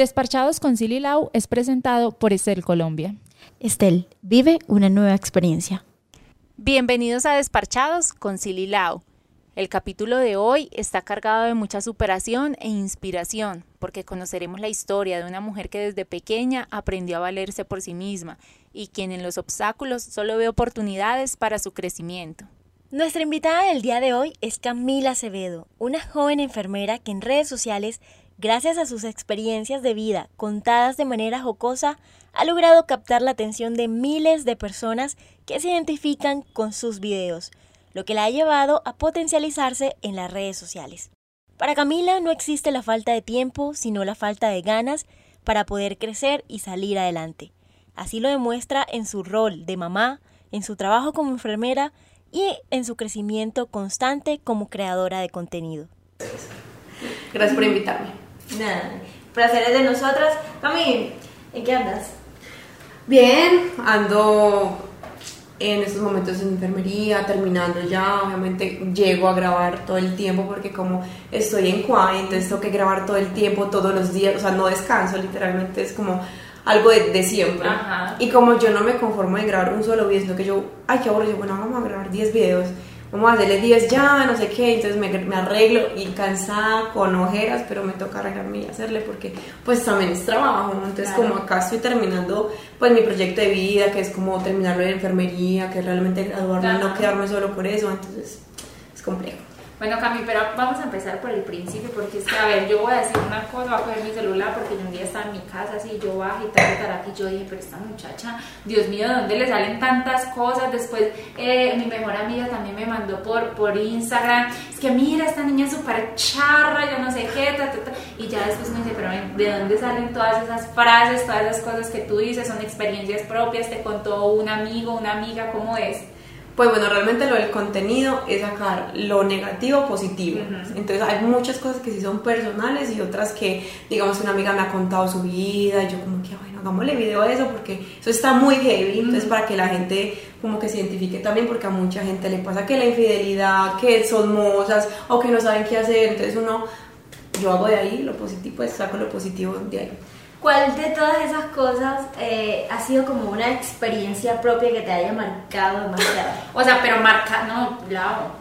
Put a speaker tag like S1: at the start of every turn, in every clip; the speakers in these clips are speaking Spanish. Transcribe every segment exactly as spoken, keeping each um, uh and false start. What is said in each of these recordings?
S1: Desparchados con Silly Lau es presentado por Estel Colombia.
S2: Estel, vive una nueva experiencia.
S3: Bienvenidos a Desparchados con Silly Lau. El capítulo de hoy está cargado de mucha superación e inspiración, porque conoceremos la historia de una mujer que desde pequeña aprendió a valerse por sí misma y quien en los obstáculos solo ve oportunidades para su crecimiento.
S2: Nuestra invitada del día de hoy es Camila Acevedo, una joven enfermera que en redes sociales, gracias a sus experiencias de vida contadas de manera jocosa, ha logrado captar la atención de miles de personas que se identifican con sus videos, lo que la ha llevado a potencializarse en las redes sociales. Para Camila no existe la falta de tiempo, sino la falta de ganas para poder crecer y salir adelante. Así lo demuestra en su rol de mamá, en su trabajo como enfermera y en su crecimiento constante como creadora de contenido.
S4: Gracias por invitarme.
S2: Nada, placer es de nosotras. Cami, ¿en qué andas?
S4: Bien, ando en estos momentos en enfermería, terminando ya. Obviamente llego a grabar todo el tiempo porque como estoy en C U A I, entonces tengo que grabar todo el tiempo, todos los días, o sea, no descanso, literalmente es como algo de, de siempre.
S3: Ajá.
S4: Y como yo no me conformo de grabar un solo video, sino que yo, ay, qué aburrido, bueno, vamos a grabar diez videos, vamos a hacerle diez ya, no sé qué, entonces me, me arreglo y cansada, con ojeras, pero me toca arreglarme y hacerle porque pues también es trabajo, ¿no? Entonces claro. Como acá estoy terminando pues mi proyecto de vida, que es como terminarlo de enfermería, que es realmente graduarme, claro. No quedarme solo por eso, entonces es complejo.
S3: Bueno, Cami, pero vamos a empezar por el principio, porque es que, a ver, yo voy a decir una cosa, voy a coger mi celular, porque yo un día estaba en mi casa, así, yo bajé y tal, tal, aquí, yo dije, pero esta muchacha, Dios mío, ¿de dónde le salen tantas cosas? Después, eh, mi mejor amiga también me mandó por, por Instagram, es que mira, esta niña es súper charra, yo no sé qué, ta, ta, ta, y ya después me dice, pero ¿de dónde salen todas esas frases, todas esas cosas que tú dices? ¿Son experiencias propias? ¿Te contó un amigo, una amiga? ¿Cómo es?
S4: Pues bueno, realmente lo del contenido es sacar lo negativo positivo. Uh-huh. Entonces hay muchas cosas que sí son personales y otras que, digamos, una amiga me ha contado su vida y yo como que, bueno, hagámosle video a eso porque eso está muy heavy. Uh-huh. Entonces para que la gente como que se identifique también, porque a mucha gente le pasa que la infidelidad, que son mozas o que no saben qué hacer. Entonces uno, yo hago de ahí lo positivo, pues saco lo positivo de ahí.
S2: ¿Cuál de todas esas cosas eh, ha sido como una experiencia propia que te haya marcado demasiado?
S3: O sea, pero marca, no, Lau.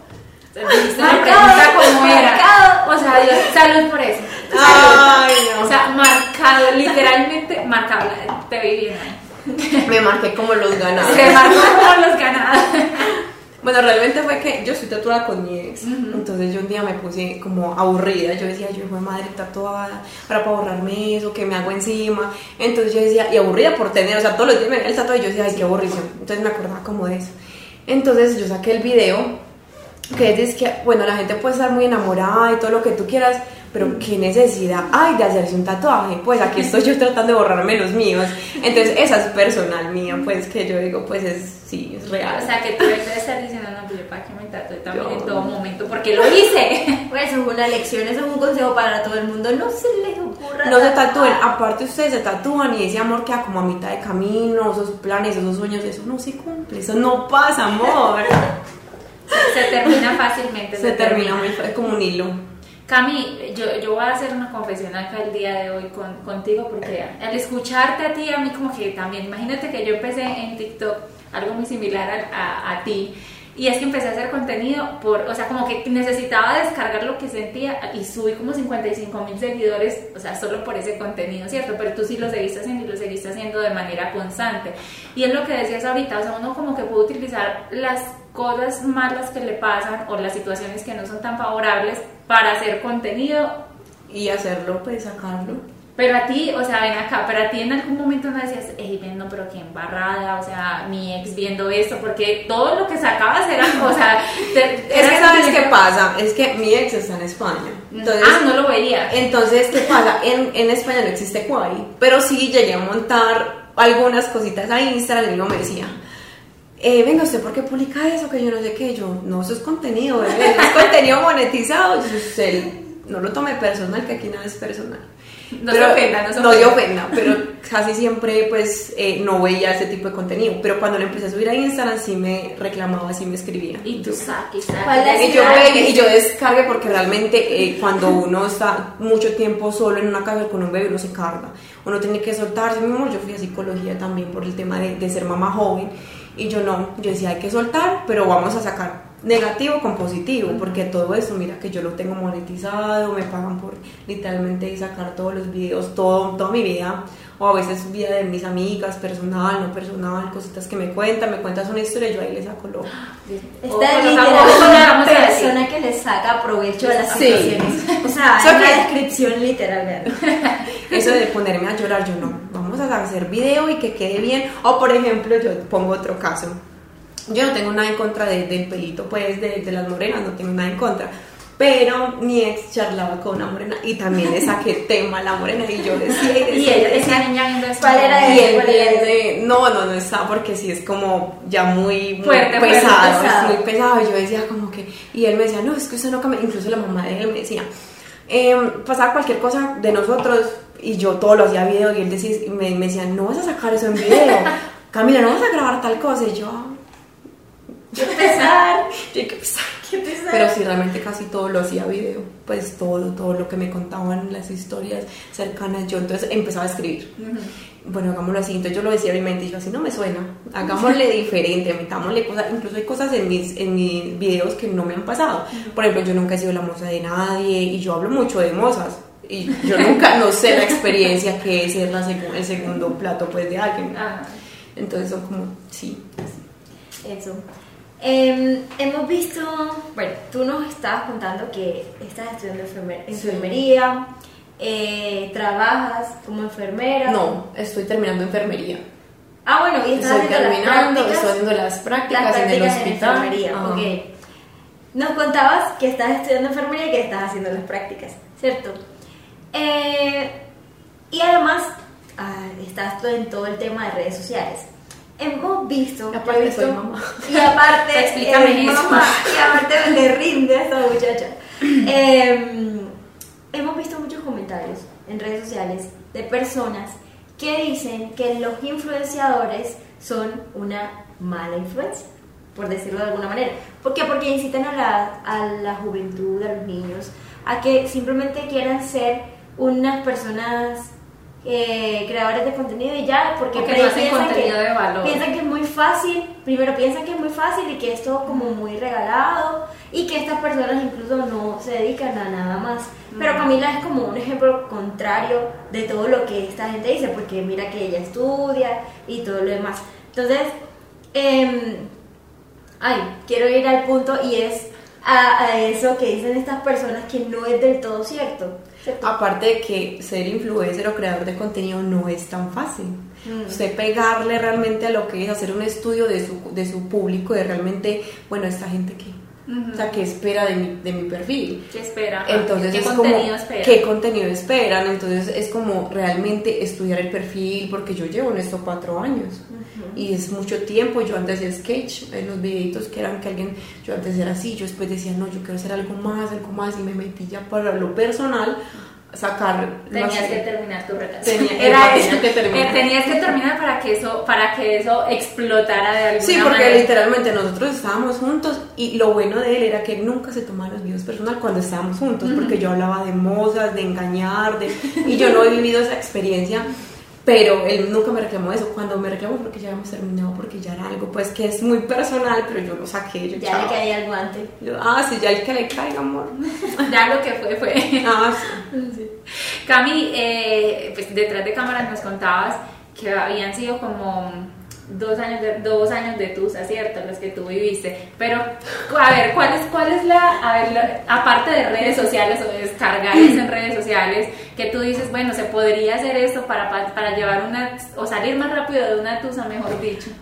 S3: Marcado, como era. Marcado. O sea, Dios, salud por eso.
S4: Ay, no.
S3: O sea, marcado, literalmente marcado. Te vi bien ahí.
S4: Me marqué como los ganados.
S3: Se marcó como los ganados.
S4: Bueno, realmente fue que yo estoy tatuada con mi ex, uh-huh. Entonces yo un día me puse como aburrida, yo decía, yo fue madre tatuada, para para borrarme eso, que me hago encima, entonces yo decía, y aburrida por tener, o sea, todos los días me veía el tatuado y yo decía, ay, qué aburrición, entonces me acordaba como de eso, entonces yo saqué el video, que es que, bueno, la gente puede estar muy enamorada y todo lo que tú quieras, pero qué necesidad hay de hacerse un tatuaje, pues aquí estoy yo tratando de borrarme los míos, entonces esa es personal mía, pues que yo digo, pues es, sí, es real.
S3: O sea, que tú debes estar diciendo, no, pues yo para que me tatúe también yo, en todo momento, porque lo hice.
S2: Pues eso es una lección, eso es un consejo para todo el mundo, no se les ocurra.
S4: No se tatúen, aparte ustedes se tatúan y ese amor queda como a mitad de camino, esos planes, esos sueños, eso no se cumple, eso no pasa, amor.
S3: Se termina fácilmente.
S4: Se, se termina muy fácil, como un hilo.
S3: Cami, yo, yo voy a hacer una confesión acá el día de hoy con, contigo porque al escucharte a ti, a mí como que también, imagínate que yo empecé en TikTok, algo muy similar a, a, a ti, y es que empecé a hacer contenido por, o sea, como que necesitaba descargar lo que sentía y subí como cincuenta y cinco mil seguidores, o sea, solo por ese contenido, ¿cierto? Pero tú sí lo seguiste haciendo y lo seguiste haciendo de manera constante. Y es lo que decías ahorita, o sea, uno como que puede utilizar las cosas malas que le pasan o las situaciones que no son tan favorables para hacer contenido
S4: y hacerlo, pues sacarlo.
S3: Pero a ti, o sea, ven acá, pero a ti en algún momento no decías, ey, viendo, pero qué embarrada, o sea, mi ex viendo esto, porque todo lo que sacabas era, o sea, te,
S4: es que ¿sabes qué pasa? Es que mi ex está en España. Entonces,
S3: ah, no lo veía.
S4: Entonces, ¿qué pasa? En, en España no existe C U A I, pero sí llegué a montar algunas cositas a Instagram y el mismo me decía, Eh, venga, ¿usted por qué publica eso? Que yo no sé qué. Yo, no, eso es contenido, bebé, eso es contenido monetizado. Entonces, él, no lo tome personal, que aquí nada es personal.
S3: No
S4: pero,
S3: se ofenda, no se
S4: no
S3: ofenda.
S4: se ofenda, pero casi siempre pues eh, no veía ese tipo de contenido, pero cuando lo empecé a subir a Instagram sí me reclamaba, sí me escribía.
S3: Y tú saques, saques.
S2: ¿Cuál es
S4: Y yo,
S2: la-
S4: pegué, y yo descargué porque realmente eh, cuando uno está mucho tiempo solo en una casa con un bebé uno se carga, uno tiene que soltarse. Mi amor, yo fui a psicología también por el tema de, de ser mamá joven y yo no, yo decía hay que soltar, pero vamos a sacar negativo con positivo, porque todo eso, mira que yo lo tengo monetizado, me pagan por literalmente sacar todos los videos, todo, toda mi vida, o a veces vida de mis amigas, personal, no personal, cositas que me cuentan, me cuentas una historia y yo ahí le saco lo...
S3: O
S2: Esta es
S3: colocamos
S2: literal
S3: una,
S2: una
S3: vamos a decir.
S2: persona que le saca provecho a las
S4: Sí.
S2: situaciones. O sea,
S4: ¿So
S2: en la
S4: qué?
S2: descripción literal, vean.
S4: Eso de ponerme a llorar, yo no, vamos a hacer video y que quede bien, o por ejemplo, yo pongo otro caso. Yo no tengo nada en contra de, del pelito, pues, de, de las morenas, no tengo nada en contra. Pero mi ex charlaba con una morena y también le saqué tema a la morena y yo decía y decía.
S3: Y ella, esa niña viendo eso.
S2: ¿Cuál era
S4: Y
S2: ese?
S4: él
S2: ¿Cuál era
S4: viene, no, no, no está porque sí es como ya muy, muy
S3: Fuerte, fuerte,
S4: pesado,
S2: pesado.
S4: es muy pesado. Y yo decía como que, y él me decía, no, es que usted no cambia, incluso la mamá de él me decía, eh, pasaba cualquier cosa de nosotros y yo todo lo hacía video y él decía, y me, me decía, no vas a sacar eso en video, Camila, no vas a grabar tal cosa. Y yo,
S2: Qué pesar.
S4: yo, qué pesar.
S2: Qué pesar.
S4: Pero sí, realmente casi todo lo hacía video, pues todo, todo lo que me contaban, las historias cercanas, yo entonces empezaba a escribir. Uh-huh. Bueno, hagámoslo así, entonces yo lo decía a mi mente y yo así no me suena, hagámosle diferente, metámosle cosas, incluso hay cosas en mis, en mis videos que no me han pasado. Por ejemplo, yo nunca he sido la moza de nadie y yo hablo mucho de mozas. Y yo nunca, no sé la experiencia que es ser la seg- el segundo plato pues de alguien.
S3: Ah.
S4: Entonces son como, sí.
S2: Eso. Eh, hemos visto, bueno, tú nos estabas contando que estás estudiando enfermer-
S4: Sí.
S2: enfermería, eh, trabajas como enfermera.
S4: No, estoy terminando enfermería.
S2: Ah, bueno, y estás
S4: Estoy
S2: haciendo las
S4: terminando,
S2: prácticas.
S4: estoy haciendo las prácticas,
S2: Las prácticas
S4: en el
S2: en
S4: hospital.
S2: enfermería,
S4: Ajá.
S2: ok. Nos contabas que estás estudiando enfermería y que estás haciendo las prácticas, ¿cierto? Eh, y además, ah, estás todo en todo el tema de redes sociales. Hemos visto,
S4: Y aparte
S2: he visto-
S4: soy mamá.
S2: y aparte,
S3: Explícame
S2: eres
S3: eso.
S2: mamá, y aparte le rinde a esta muchacha. Eh, hemos visto muchos comentarios en redes sociales de personas que dicen que los influenciadores son una mala influencia, por decirlo de alguna manera. ¿Por qué? Porque incitan a la, a la juventud, a los niños, a que simplemente quieran ser unas personas eh, creadores de contenido y ya, porque,
S3: Porque no hacen
S2: piensan
S3: contenido
S2: que,
S3: de valor.
S2: piensan que es muy fácil, primero piensan que es muy fácil y que es todo como muy regalado y que estas personas incluso no se dedican a nada más. Pero Camila es como un ejemplo contrario de todo lo que esta gente dice, porque mira que ella estudia y todo lo demás. Entonces, eh, ay, quiero ir al punto y es a, a eso que dicen estas personas que no es del todo cierto. ¿cierto?
S4: Aparte de que ser influencer o creador de contenido no es tan fácil.
S2: Mm.
S4: Usted pegarle realmente a lo que es hacer un estudio de su, de su público, de realmente, bueno, esta gente que,
S3: Ujú.
S4: o sea, qué espera de mi, de mi perfil.
S3: ¿Qué espera?
S4: Entonces
S3: ¿Qué
S4: es
S3: contenido
S4: como,
S3: espera?
S4: ¿qué contenido esperan? Entonces es como realmente estudiar el perfil, porque yo llevo en esto cuatro años y es mucho tiempo. Yo antes hacía sketch, en los videitos que eran que alguien, yo antes era así, yo después decía, no, yo quiero hacer algo más, algo más, y me metí ya para lo personal, sacar... no
S3: Tenías
S4: sé,
S3: que terminar tu relación.
S4: Tenía-
S3: Era
S4: tenía
S3: eso.
S4: que terminar.
S3: Eh, Tenías que terminar para que eso, para que eso explotara de alguna
S4: Sí, porque
S3: manera.
S4: literalmente nosotros estábamos juntos y lo bueno de él era que nunca se tomaba los videos personal cuando estábamos juntos, porque yo hablaba de mozas, de engañar, de, y yo no he vivido esa experiencia, pero él nunca me reclamó eso. Cuando me reclamó porque ya habíamos terminado, porque ya era algo pues que es muy personal, pero yo lo saqué, yo
S2: Ya
S4: chao.
S2: le caía el guante.
S4: Yo, ah, sí, ya el que le caiga, amor.
S3: Ya lo que fue, fue.
S4: Ah, sí.
S3: Cami, eh, pues detrás de cámaras nos contabas que habían sido como dos años de, dos años de tusa, ¿cierto? Los que tú viviste. Pero, a ver, ¿cuál es, cuál es la, a ver, la- aparte de redes sociales o de descargar eso en redes sociales, que tú dices, bueno, se podría hacer esto para, para, para llevar una, o salir más rápido de una tusa, mejor dicho?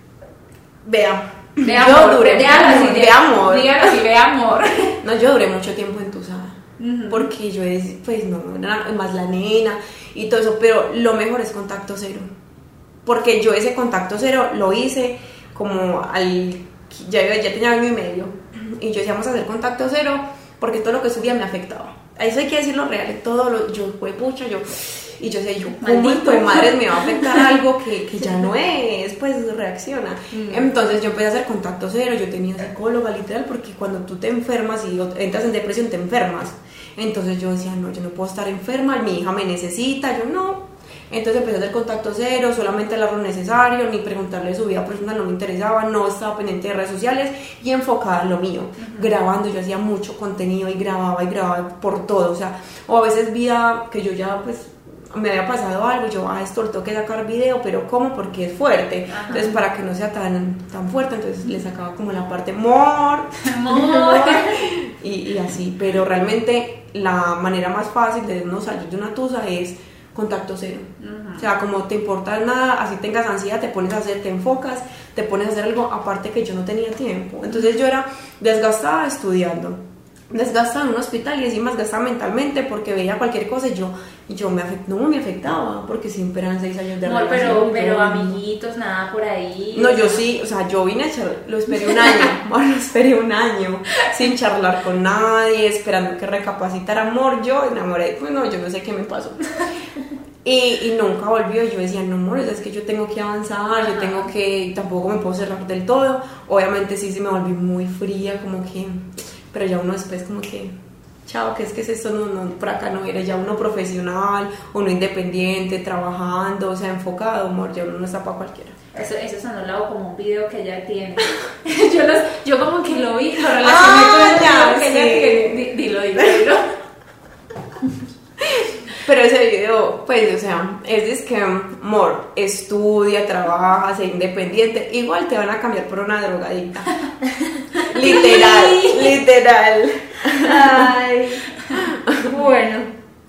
S4: Vea,
S3: De
S4: yo
S3: amor,
S4: duré,
S3: dígalo así,
S4: de amor.
S3: Dígalo así, de amor.
S4: No, yo duré mucho tiempo entusada.
S3: Ujú.
S4: Porque yo es, pues no, era más la nena y todo eso, pero lo mejor es contacto cero. Porque yo ese contacto cero lo hice como al, ya, ya tenía año y medio. Y yo decía, vamos a hacer contacto cero porque todo lo que subía me afectaba. eso hay que decirlo real, todo lo, yo fue pucha, yo, y yo decía, yo, ¿cómo hijo de madre me va a afectar algo que, que ya no es? Pues reacciona. Mm. Entonces yo empecé a hacer contacto cero, yo tenía psicóloga literal, porque cuando tú te enfermas y entras en depresión, te enfermas. Entonces yo decía, no, yo no puedo estar enferma, mi hija me necesita, yo no. Entonces empecé a hacer contacto cero, solamente hablar lo necesario, ni preguntarle de su vida personal, no me interesaba, no estaba pendiente de redes sociales y enfocada en lo mío, uh-huh. grabando, yo hacía mucho contenido y grababa y grababa por todo, o sea, o a veces vida que yo ya pues me había pasado algo, yo, ah, esto lo tengo que sacar video, pero ¿cómo? Porque es fuerte, uh-huh. entonces para que no sea tan, tan fuerte, entonces le sacaba como la parte mor, mor, y, y así, pero realmente la manera más fácil de uno salir de una tusa es contacto cero, uh-huh. o sea, como te importa nada, así tengas ansiedad, te pones a hacer, te enfocas, te pones a hacer algo, aparte que yo no tenía tiempo, entonces yo era desgastada estudiando, desgastada en un hospital y encima desgastada mentalmente porque veía cualquier cosa y yo, y yo me afect, no me afectaba porque siempre eran seis años de
S3: no,
S4: relación.
S3: pero, pero amiguitos, nada por ahí.
S4: No, yo sí, o sea, yo vine a echar, lo esperé un año, bueno, lo esperé un año sin charlar con nadie, esperando que recapacitara, amor, yo enamoré, pues no, yo no sé qué me pasó. Y, y nunca volvió, yo decía, no, amor, es que yo tengo que avanzar, ajá. yo tengo que, tampoco me puedo cerrar del todo, obviamente sí, sí me volví muy fría, como que, pero ya uno después como que, chao, ¿qué es que es esto? No, no, por acá no era ya uno profesional, uno independiente, trabajando, o sea, enfocado, amor, ya uno no está para cualquiera.
S3: Eso, eso sonó Lau como un video que ella tiene. yo, los, yo como que lo vi, lo relacioné
S4: ah,
S3: con el
S4: ya,
S3: video que
S4: sí.
S3: ella tiene. Dilo, dilo, dilo.
S4: Pero ese video, pues, o sea, es que, amor, estudia, trabaja, sé independiente, igual te van a cambiar por una drogadita. Literal, literal.
S2: Ay, bueno,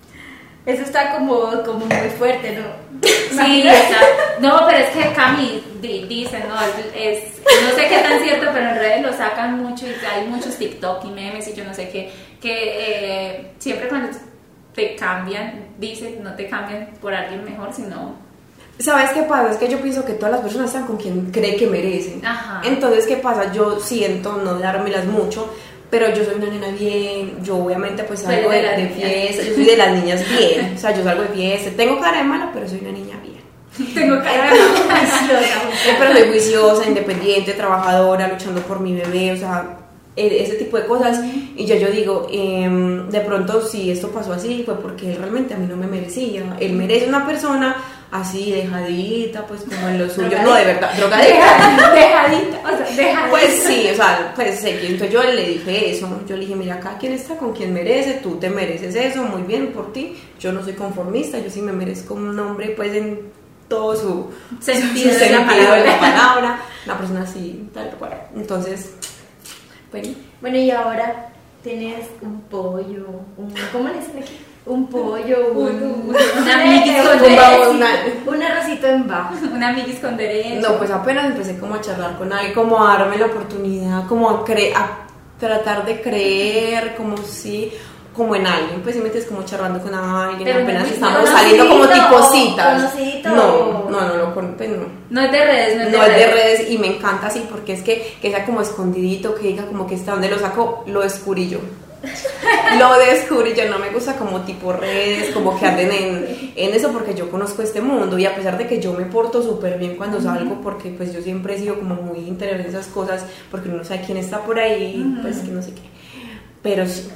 S2: eso está como, como muy fuerte, ¿no?
S3: Sí, está. No, pero es que Cami di, dicen, no, es, no sé qué tan cierto, pero en redes lo sacan mucho y hay muchos TikTok y memes y yo no sé qué, que eh, siempre cuando te cambian, dicen, no te cambian por alguien mejor, sino...
S4: ¿Sabes qué pasa? Es que yo pienso que todas las personas están con quien cree que merecen.
S3: Ajá.
S4: Entonces, ¿qué pasa? Yo siento no dármelas mucho, pero yo soy una nena bien, yo obviamente pues salgo de, de, de fiesta, yo soy de las niñas bien, o sea, yo salgo de fiesta, tengo cara de mala, pero soy una niña bien.
S3: Tengo cara de
S4: juiciosa, pero soy juiciosa, independiente, trabajadora, luchando por mi bebé, o sea, ese tipo de cosas. Y ya yo digo, eh, de pronto si esto pasó así fue porque él realmente a mí no me merecía. Él merece una persona así, dejadita, pues como en lo suyo, no, de verdad, drogadita,
S3: dejadita, o sea, dejadita.
S4: Pues sí, o sea, pues sé que entonces yo le dije eso, yo le dije, mira, acá quien está con quien merece, tú te mereces eso, muy bien por ti, yo no soy conformista, yo sí me merezco un hombre pues en todo su
S3: sentido,
S4: su
S3: de,
S4: sentido
S3: la palabra.
S4: de la palabra, una persona así, tal cual. Entonces, bueno.
S2: Bueno, y ahora tienes un pollo, un, ¿cómo le dicen aquí? Un pollo, un,
S3: un,
S2: un,
S3: una amiguis con
S2: derecho,
S3: una,
S2: un arrocito en bajo.
S3: Una amiguis con derecho.
S4: No, pues apenas empecé como a charlar con alguien, como a darme la oportunidad, como a, cre a tratar de creer, como si... como en alguien, pues si metes como charlando con alguien,
S3: pero
S4: apenas
S3: no,
S4: estamos saliendo como tipo citas.
S2: Conocidito.
S4: No, no, no lo conozco, pues no.
S3: No es de redes, no es de
S4: no
S3: redes.
S4: es de redes y me encanta así porque es que, que sea como escondidito, que diga como que está donde lo saco, lo descubrí yo. Lo descubrí yo, no me gusta como tipo redes, como que anden en, en eso porque yo conozco este mundo y a pesar de que yo me porto súper bien cuando salgo porque pues yo siempre he sido como muy interior en esas cosas porque uno no sabe quién está por ahí, uh-huh. pues que no sé qué, pero sí.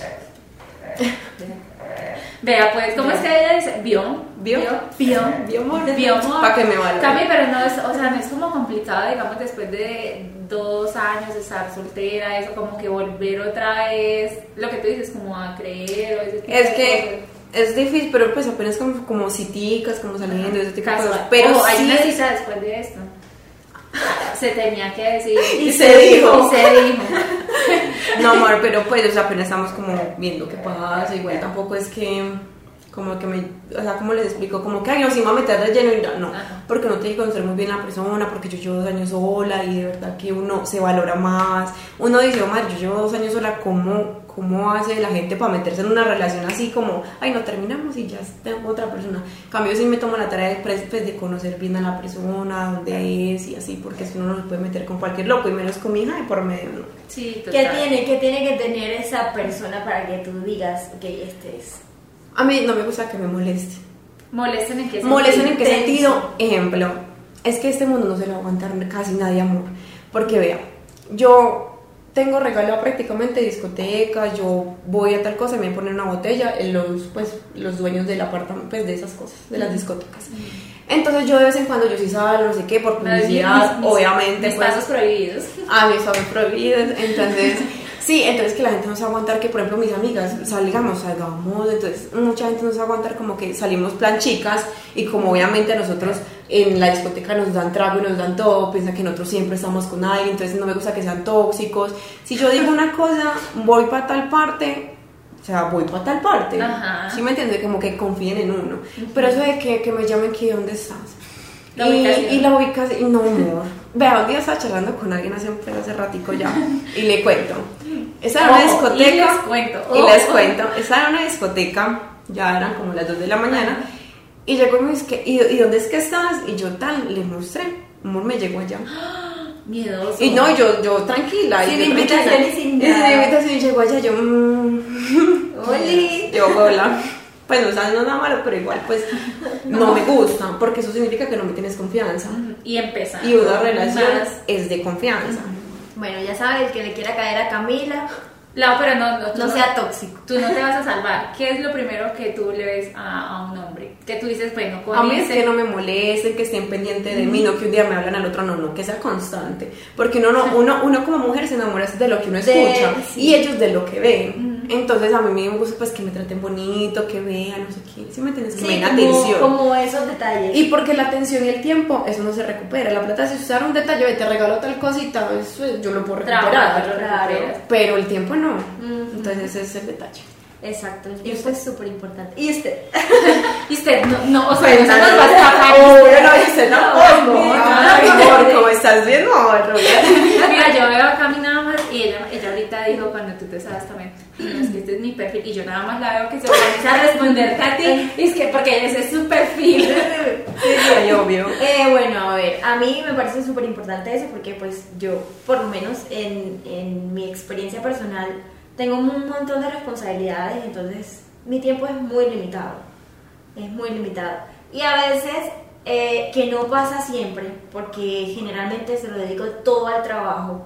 S3: Vea, pues, ¿cómo Vea. es que ella dice? ¿Vio?
S4: ¿Vio?
S3: ¿Vio?
S4: ¿Vio?
S3: ¿Vio?
S4: Para que me valore.
S3: Cami, pero no es, o sea, no es como complicado, digamos, después de dos años de estar soltera, eso como que volver otra vez, lo que tú dices, como a creer o ese tipo
S4: es
S3: de
S4: que cosas. Es difícil, pero pues apenas como, como citicas, como saliendo, ese tipo
S3: Casual.
S4: de cosas. Pero
S3: oh, hay
S4: sí
S3: una cita después de esto. Se tenía que decir
S4: y, y se dijo
S3: y se dijo
S4: no amor, pero pues o sea, apenas estamos como viendo qué pasa, igual tampoco es que como que me, o sea, como les explico, como que ay, no, sí me voy a meter de lleno y ya, no,
S3: Ajá.
S4: porque uno tiene que conocer muy bien a la persona, porque yo llevo dos años sola y de verdad que uno se valora más, uno dice, Omar, yo llevo dos años sola, ¿cómo, cómo hace la gente para meterse en una relación así como, ay, no, terminamos y ya tengo otra persona? En cambio, sí me tomo la tarea de, pues, de conocer bien a la persona, dónde es y así, porque si uno no se puede meter con cualquier loco, y menos con mi hija de por medio, ¿no?
S3: Sí,
S2: ¿Qué
S3: total.
S2: tiene, ¿Qué tiene que tener esa persona para que tú digas, ok, este es?
S4: A mí no me gusta que me moleste.
S3: ¿Molesten en qué sentido?
S4: ¿Molestan en qué
S2: Intenso.
S4: sentido? Ejemplo, es que este mundo no se lo va a aguantar casi nadie, amor. Porque vea, yo tengo regalado prácticamente discotecas, yo voy a tal cosa y me ponen una botella en los, pues, los dueños del apartamento, pues de esas cosas, de las discotecas. Entonces yo de vez en cuando yo sí salgo, no sé qué, por publicidad,
S3: Mis- mis-
S4: obviamente.
S3: Mis
S4: pues,
S3: pasos prohibidos.
S4: a mí son prohibidos, entonces sí, entonces que la gente no se va a aguantar que por ejemplo mis amigas salgamos, salgamos, entonces mucha gente no se va a aguantar como que salimos plan chicas y como obviamente a nosotros en la discoteca nos dan trago y nos dan todo, piensa que nosotros siempre estamos con alguien, entonces no me gusta que sean tóxicos, si yo digo una cosa, voy para tal parte, o sea, voy para tal parte,
S3: Ajá.
S4: ¿sí me entiendes? Como que confíen en uno, pero eso de que, que me llamen que ¿dónde estás?
S3: La
S4: y,
S3: ubicación.
S4: y la ubicación, no amor. Vea, un día estaba charlando con alguien hace, pues, hace ratico ya y le cuento. Estaba en una
S3: Ojo,
S4: discoteca.
S3: y les cuento,
S4: Y les
S3: ojo.
S4: cuento. Estaba en una discoteca, ya eran como las dos de la mañana. Y llegó y me dice, ¿y, ¿y dónde es que estás? Y yo tal, le mostré. Amor, me llegó allá.
S3: Miedoso.
S4: Y no, yo, yo tranquila.
S2: Sin
S4: y yo
S2: invitación
S4: tranquila.
S2: y sin
S4: Y sin
S2: nada.
S4: invitación y llegó allá, yo. Mmm,
S2: Oli.
S4: yo, hola. Pues no, o sea, no es nada malo, pero igual, pues no me gusta, porque eso significa que no me tienes confianza.
S3: Y empezar.
S4: Y una relación
S3: Más.
S4: es de confianza.
S2: Bueno, ya sabe, el que le quiera caer a Camila,
S3: No, pero no, no, tú
S2: no sea tóxico.
S3: Tú no te vas a salvar. ¿Qué es lo primero que tú le ves a, a un hombre? Que tú dices, bueno, con
S4: A mí es
S3: ese-
S4: que no me molesten, que estén pendientes de mí, no que un día me hablan al otro, no, no, que sea constante. Porque uno, no, uno, uno como mujer se enamora de lo que uno
S2: De-
S4: escucha
S2: sí.
S4: y ellos de lo que ven. Entonces a mí me gusta pues que me traten bonito, que vean, no sé qué, ¿sí me entiendes? Que me
S2: Sí,
S4: den
S2: como,
S4: atención.
S2: como esos detalles.
S4: Y porque la atención y el tiempo, eso no se recupera. La plata, si usar un detalle, "Oye, te regalo tal cosita, eso yo lo puedo recuperar.
S3: Trabajo, lo
S2: Claro.
S3: recuperas.
S4: Pero el tiempo no.
S2: Ujú.
S4: Entonces ese es el detalle.
S2: Exacto, el
S4: ¿Y
S2: tiempo
S4: usted?
S2: es súper importante. ¿Y usted?
S3: Y usted, no, no, o sea,
S4: Pues,
S3: no nos va a escapar.
S4: oh, bueno, dice, no,
S3: Ay,
S4: amor,
S3: ay,
S4: amor, ¿cómo estás bien, amor?
S3: Mira, yo veo a Cami nada más y ella, ella ahorita dijo cuando tú te sabes también, "No, es que este es mi perfil", y yo nada más la veo que se organiza a responderte a ti, y es que porque ese es su perfil.
S4: Ay, obvio.
S2: Eh, bueno, a ver, a mí me parece súper importante eso porque pues yo, por lo menos en, en mi experiencia personal, tengo un montón de responsabilidades, entonces mi tiempo es muy limitado, es muy limitado. Y a veces, eh, que no pasa siempre, porque generalmente se lo dedico todo al trabajo,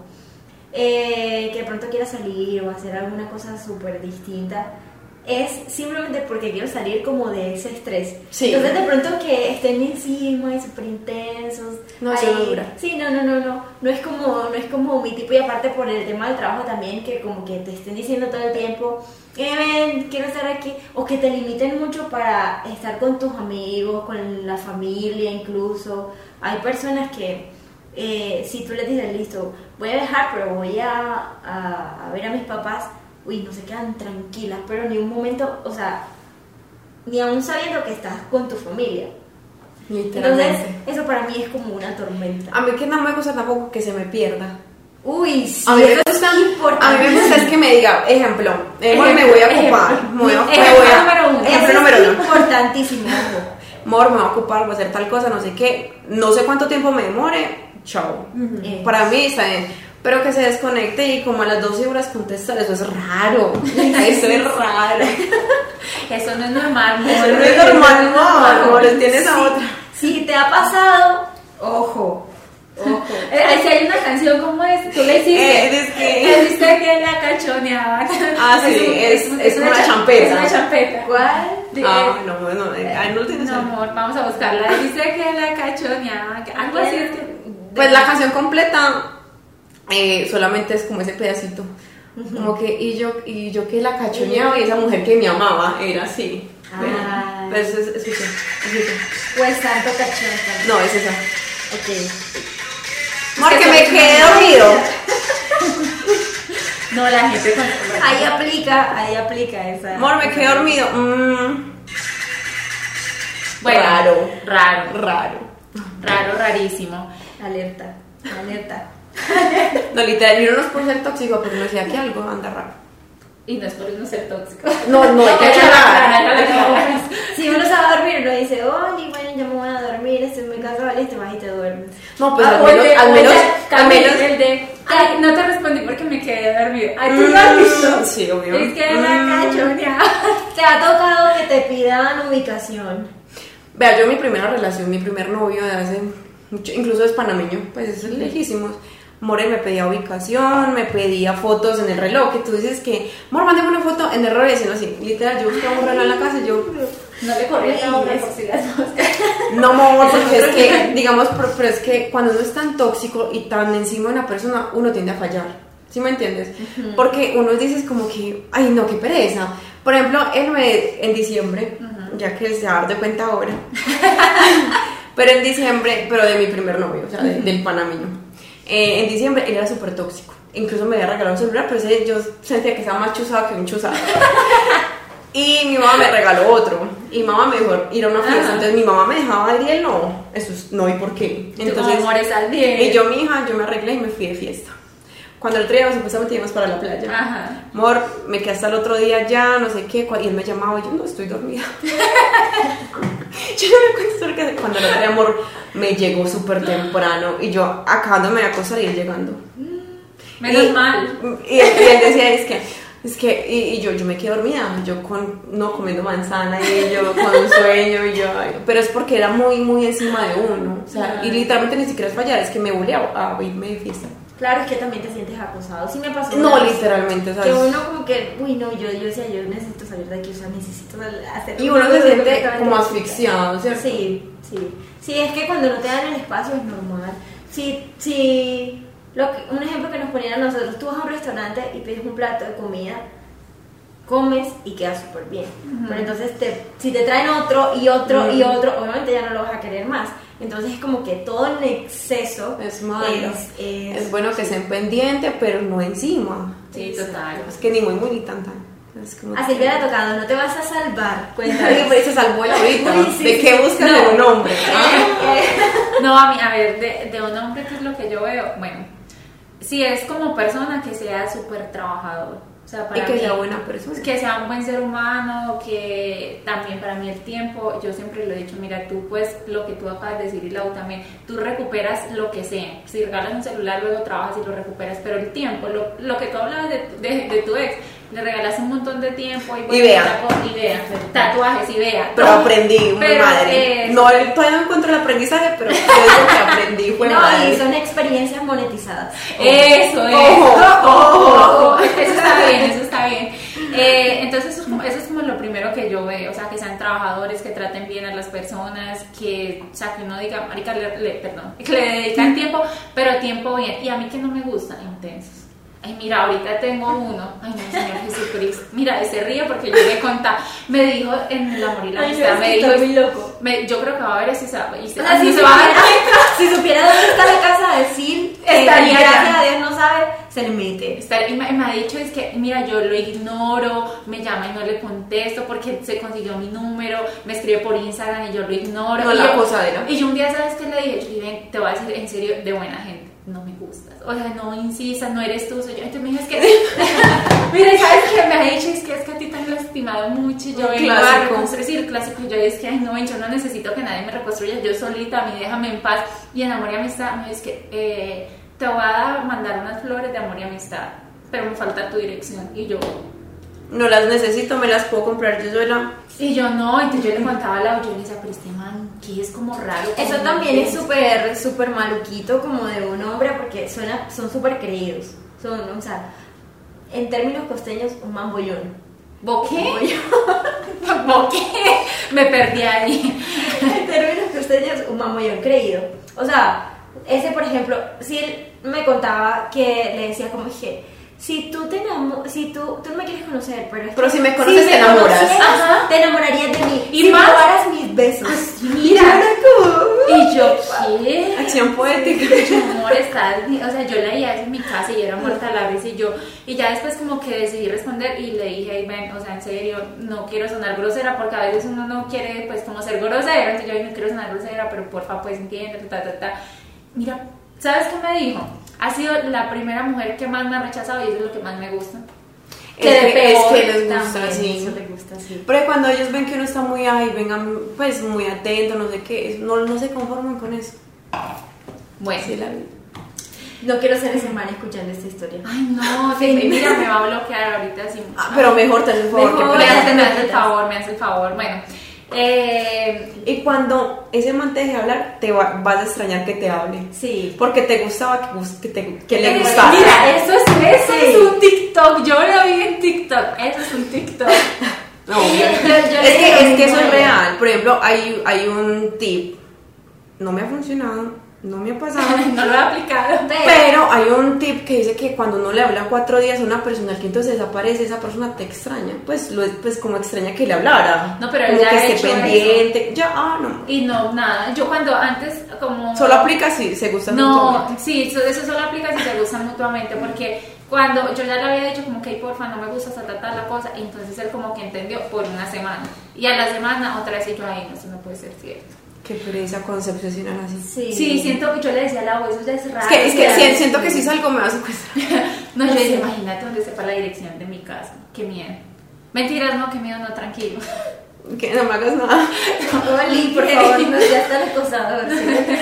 S2: eh, que de pronto quiera salir o hacer alguna cosa súper distinta, es simplemente porque quiero salir como de ese estrés.
S4: Sí.
S2: Entonces de pronto que estén encima y súper intensos.
S4: No, eso no dura.
S2: Sí, no, no, no, no. No es como, no es como mi tipo, y aparte por el tema del trabajo también, que como que te estén diciendo todo el tiempo, eh, ven, quiero estar aquí, o que te limiten mucho para estar con tus amigos, con la familia incluso. Hay personas que eh, si tú les dices, listo, voy a viajar, pero voy a, a, a ver a mis papás, uy, no se quedan tranquilas, pero ni un momento, o sea, ni aún sabiendo que estás con tu familia. Entonces,
S4: Literalmente.
S2: eso para mí es como una tormenta.
S4: A mí que no me gusta tampoco que se me pierda.
S2: Uy, sí,
S4: A mí me
S2: eso
S4: gusta,
S2: es importante.
S4: a mí me gusta es que me diga, ejemplo, eh,
S2: Ejemplo,
S4: me voy a
S2: ejemplo.
S4: ocupar, me voy a, me
S3: Ejemplo
S4: voy a-
S3: número uno.
S4: ejemplo
S2: Eso
S4: número
S2: es
S4: uno.
S2: importantísimo. ojo.
S4: Amor, me voy a ocupar, voy a hacer tal cosa, no sé qué, no sé cuánto tiempo me demore, chao.
S2: Eh,
S4: Para mí está bien. Pero que se desconecte y como a las doce horas contestar, eso es raro. Eso es raro.
S3: Eso no es normal, amor.
S4: Eso no es normal, no, amor, tienes a
S2: sí,
S4: otra.
S2: Si te ha pasado, ojo, ojo.
S3: Eh, ahí sí hay una canción como es, tú le hiciste.
S4: Eh, es que-
S3: Le hiciste que la cachoneaban.
S4: Ah, sí,
S3: un-
S4: es-
S3: un-
S4: es como una
S3: cha-
S4: champeta.
S3: Es una champeta.
S2: ¿Cuál?
S3: De-
S4: Ah, no, no, eh, ahí no lo tienes.
S3: No, amor, vamos a buscarla. Dice que la cachoneaban. que- Algo así es que.
S4: Pues la canción completa eh, solamente es como ese pedacito. Como que, y yo, y yo que la cachoneaba y esa mujer que me amaba era así. Bueno,
S2: Ah.
S4: pues es, escucha, escucha.
S2: Pues santo cachón.
S4: No, es esa.
S2: Ok.
S4: Porque me quedé dormido.
S3: No, la gente con.
S2: Ahí aplica, ahí aplica esa.
S4: Amor, me quedé dormido. Mm,
S3: Bueno,
S4: Raro.
S3: Raro.
S4: Raro.
S3: Raro, rarísimo.
S2: Alerta, alerta.
S4: No, literal, yo no es por ser tóxico, pero no decía que algo anda raro.
S3: Y no es por no ser tóxico.
S4: No, no, hay que aclarar.
S2: Si uno se va a dormir, uno dice, oye, bueno, ya me voy a dormir, estoy muy cansado, y te vas y te duermes.
S4: No, pues
S3: Ah,
S4: al
S3: o el
S4: menos,
S3: de-
S4: al
S3: o
S4: menos,
S3: el-
S4: al menos.
S3: el de, ay, no te respondí porque me quedé dormido. Ay, tú
S4: Mm,
S3: lo has visto.
S4: sí, obvio.
S3: Es que
S4: Mm.
S3: la cachoneada.
S2: ¿Te ha tocado que te pidan ubicación?
S4: Vea, yo mi primera relación, mi primer novio de hace mucho, incluso es panameño, pues es lejísimos. More me pedía ubicación, me pedía fotos en el reloj, que tú dices que, amor, mándame una foto en el reloj, y diciendo así, literal, yo buscaba un reloj en la casa y yo,
S3: No le corría la obra por si las moscas.
S4: no, amor, porque es que, digamos, pero, pero es que cuando uno es tan tóxico y tan encima de una persona, uno tiende a fallar, ¿sí me entiendes? Uh-huh. Porque uno dices como que, ay, no, qué pereza. Por ejemplo, él me, en diciembre, uh-huh. ya que se va a dar de cuenta ahora, pero en diciembre, pero de mi primer novio, o sea, de, uh-huh. del panameño. Eh, en diciembre él era súper tóxico, incluso me había regalado un celular, pero ese, yo sentía que estaba más chuzado que un chuzado. Y mi mamá me regaló otro, y mamá me dijo ir a una fiesta. Ajá. Entonces mi mamá me dejaba ir y él no, eso es no, ¿y por qué? Entonces,
S3: amores al bien.
S4: Y yo, mi hija, yo me arreglé y me fui de fiesta. Cuando el otro día supuestamente íbamos para la playa.
S3: Ajá.
S4: Amor, me quedé hasta el otro día ya, no sé qué, y él me llamaba y yo, no, estoy dormida. Yo no me cuento porque cuando el otro día, amor, me llegó súper temprano y yo acabándome de acostar y él llegando.
S3: Menos
S4: y,
S3: mal.
S4: Y él, y él decía, es que, es que, y, y yo, yo me quedé dormida, yo con, no comiendo manzana y yo con un sueño y yo, ay, pero es porque era muy, muy encima de uno, o sea, y literalmente ni siquiera es fallar, es que me volví a, a irme de fiesta.
S2: Claro, es que también te sientes acosado. Sí me pasó.
S4: No, literalmente, ¿sabes?
S2: Que uno como que, uy, no, yo, yo decía, yo necesito salir de aquí, o sea, necesito hacer...
S4: Y uno se siente como asfixiado, ¿cierto?
S2: Sí, sí. Sí, es que cuando no te dan el espacio es normal. Sí, sí. Lo que, un ejemplo que nos ponían a nosotros, tú vas a un restaurante y pides un plato de comida, comes y queda súper bien. Uh-huh. Pero entonces, te, si te traen otro y otro uh-huh. y otro, obviamente ya no lo vas a querer más. Entonces es como que todo en exceso
S4: es malo.
S2: Es, es,
S4: es bueno que estén pendientes, pero no encima.
S3: Sí, total.
S4: Es que ni muy, muy, ni tan, tan. Es como
S2: a Silvia le ha tocado, no te vas a salvar.
S4: Cuéntame. Pero se salvó el ahorita.
S2: Uy, sí,
S4: ¿De
S2: sí,
S4: qué buscan
S3: no.
S4: de un hombre?
S3: No, a mí, a ver, de, de un hombre, ¿qué es lo que yo veo? Bueno, si es como persona que sea súper trabajador. O sea, para
S4: y que
S3: mí,
S4: sea buena persona.
S3: Que sea un buen ser humano, que también para mí el tiempo, yo siempre lo he dicho, mira, tú pues lo que tú acabas de decir y Lau también, tú recuperas lo que sea. Si regalas un celular, luego trabajas y lo recuperas, pero el tiempo, lo, lo que tú hablabas de, de, de tu ex, le regalas un montón de tiempo y, bueno,
S4: y vea,
S3: y vea, tatuajes y vea.
S4: Pero todo. Aprendí, muy
S3: pero
S4: madre.
S3: Es,
S4: no, todavía no encuentro el aprendizaje, pero yo digo que aprendí, fue
S2: no,
S4: madre.
S2: y son experiencias monetizadas.
S3: Eso, eso.
S4: Ojo, ojo, ojo.
S3: Eso está bien, eso está bien. Eh, entonces eso es, como, eso es como lo primero que yo veo, o sea, que sean trabajadores, que traten bien a las personas, que, o sea, que uno diga, marica, le, le, perdón, que le dedican tiempo, pero tiempo bien. Y a mí que no me gustan intensos. Ay, mira, ahorita tengo uno. Ay, no, Señor Jesucristo. Mira, se ríe porque yo le contaba. Me dijo en el amor y la amistad, me dijo,
S2: muy loco.
S3: Me, yo creo que va a ver si se, y se,
S2: o sea, si,
S3: se
S2: supiera,
S3: va a dar
S2: si supiera dónde está la casa de Sil,
S3: estaría,
S2: y gracias a Dios no sabe, se le mete.
S3: Estar, y me, me ha dicho, es que, mira, yo lo ignoro, me llama y no le contesto porque se consiguió mi número, me escribe por Instagram y yo lo ignoro.
S4: No,
S3: y,
S4: la
S3: yo,
S4: posadera.
S3: y yo un día, ¿sabes qué le dije? Yo le dije, te voy a decir en serio, de buena gente, no me gustas. O sea, no insistas, no eres tú, soy yo. Entonces me dijo, es que, mira, ¿sabes qué? Me ha dicho, es que es que a ti te han lastimado mucho. Y yo vengo a reconstruir el clásico. Y yo es que, ay, no, yo no necesito que nadie me reconstruya, yo solita, a mí déjame en paz. Y en amor y amistad, me dice que eh, te voy a mandar unas flores de amor y amistad, pero me falta tu dirección. Y yo,
S4: no las necesito, me las puedo comprar yo sola.
S3: y yo no, entonces yo le contaba a la yo le decía, pero este man, que es como raro. Como
S2: Eso también es súper, súper maluquito como de un hombre porque suena, son súper creídos. Son, o sea, en términos costeños, un mambollón.
S3: ¿Boqué? ¿Boqué? Me perdí ahí.
S2: En términos costeños, un mambollón creído. O sea, ese por ejemplo, si él me contaba que le decía como que si tú te enamoras, si tú, tú no me quieres conocer, pero es
S4: Pero
S2: que
S4: si me conoces,
S2: si
S4: te enamoras.
S2: Ajá. Te enamorarías de mí.
S3: Y
S2: si
S3: más-
S2: me robaras mis besos.
S3: Mira, y yo, ¿qué?
S4: Acción poética.
S3: Yo, amor, estás, o sea, yo leía eso en mi casa y era muerta la risa y yo, y ya después como que decidí responder y le dije, hey, ven, o sea, en serio, no quiero sonar grosera porque a veces uno no quiere, pues, como ser grosera, entonces yo, "Ay, no quiero sonar grosera, pero porfa, pues, entiende, ta, ta, ta". Mira, ¿sabes qué me dijo? Ha sido la primera mujer que más me ha rechazado y eso es lo que más me gusta.
S4: Es que,
S3: de
S4: es
S3: peor
S4: que les gusta,
S3: también,
S4: sí.
S2: Eso te gusta, sí.
S4: Pero cuando ellos ven que uno está muy ahí, vengan, pues, muy atento, no sé qué, es- no, no se conforman con eso.
S3: Bueno.
S4: Sí, la vida.
S2: No quiero ser ese man escuchando esta historia.
S3: Ay, no, sí, mira, me va a bloquear ahorita. Así.
S4: Ah, pero mejor te hace el favor.
S2: Mejor.
S4: que
S3: me
S4: pelear.
S3: hace, me hace el favor, me hace el favor. Bueno, eh,
S4: Y cuando ese man te deje hablar, te va- vas a extrañar que te hable.
S2: Sí.
S4: Porque te gustaba que, gus- que, te- que le
S3: eh,
S4: gustara.
S3: mira, eso es, eso
S2: Sí.
S3: es un TikTok. Yo lo vi en TikTok. Eso es un TikTok.
S4: No,
S2: Sí,
S4: yo-
S2: yo- yo
S4: es
S2: le
S4: que,
S2: digo
S4: es
S2: lo
S4: que eso
S2: mismo
S4: es
S2: a ella.
S4: real. Por ejemplo, hay, hay un tip. No me ha funcionado, no me ha pasado.
S3: No lo he aplicado.
S4: Pero hay un tip que dice que cuando uno le habla cuatro días a una persona, al quinto se desaparece, esa persona te extraña. Pues, lo, pues como extraña que le hablara.
S3: No, pero
S4: como
S3: ya
S4: que
S3: he
S4: esté
S3: hecho
S4: pendiente. Ya, ah, no.
S3: Y no, nada. Yo cuando antes, como.
S4: Solo aplica si se gusta
S3: No,
S4: mutuamente.
S3: sí, eso, eso solo aplica si se gustan mutuamente, porque cuando yo ya le había dicho como que, "Ay, porfa, no me gusta tratar la cosa", y entonces él como que entendió por una semana, y a la semana otra vez y yo, "Ay, no, eso no puede ser cierto".
S4: Qué pereza cuando se obsesionan así.
S2: Sí.
S3: Sí, siento que yo le decía al agua, eso ya es raro.
S4: Es que, es que
S3: ya
S4: si-
S3: es-
S4: siento que si salgo me va a secuestrar.
S3: No, yo
S2: Sí.
S3: decía, imagínate donde sepa la dirección de mi casa, qué miedo. Mentiras, no, qué miedo, no, tranquilo.
S4: Que no me hagas nada.
S2: Oli, por favor, no, ya está el acosador. ¿sí?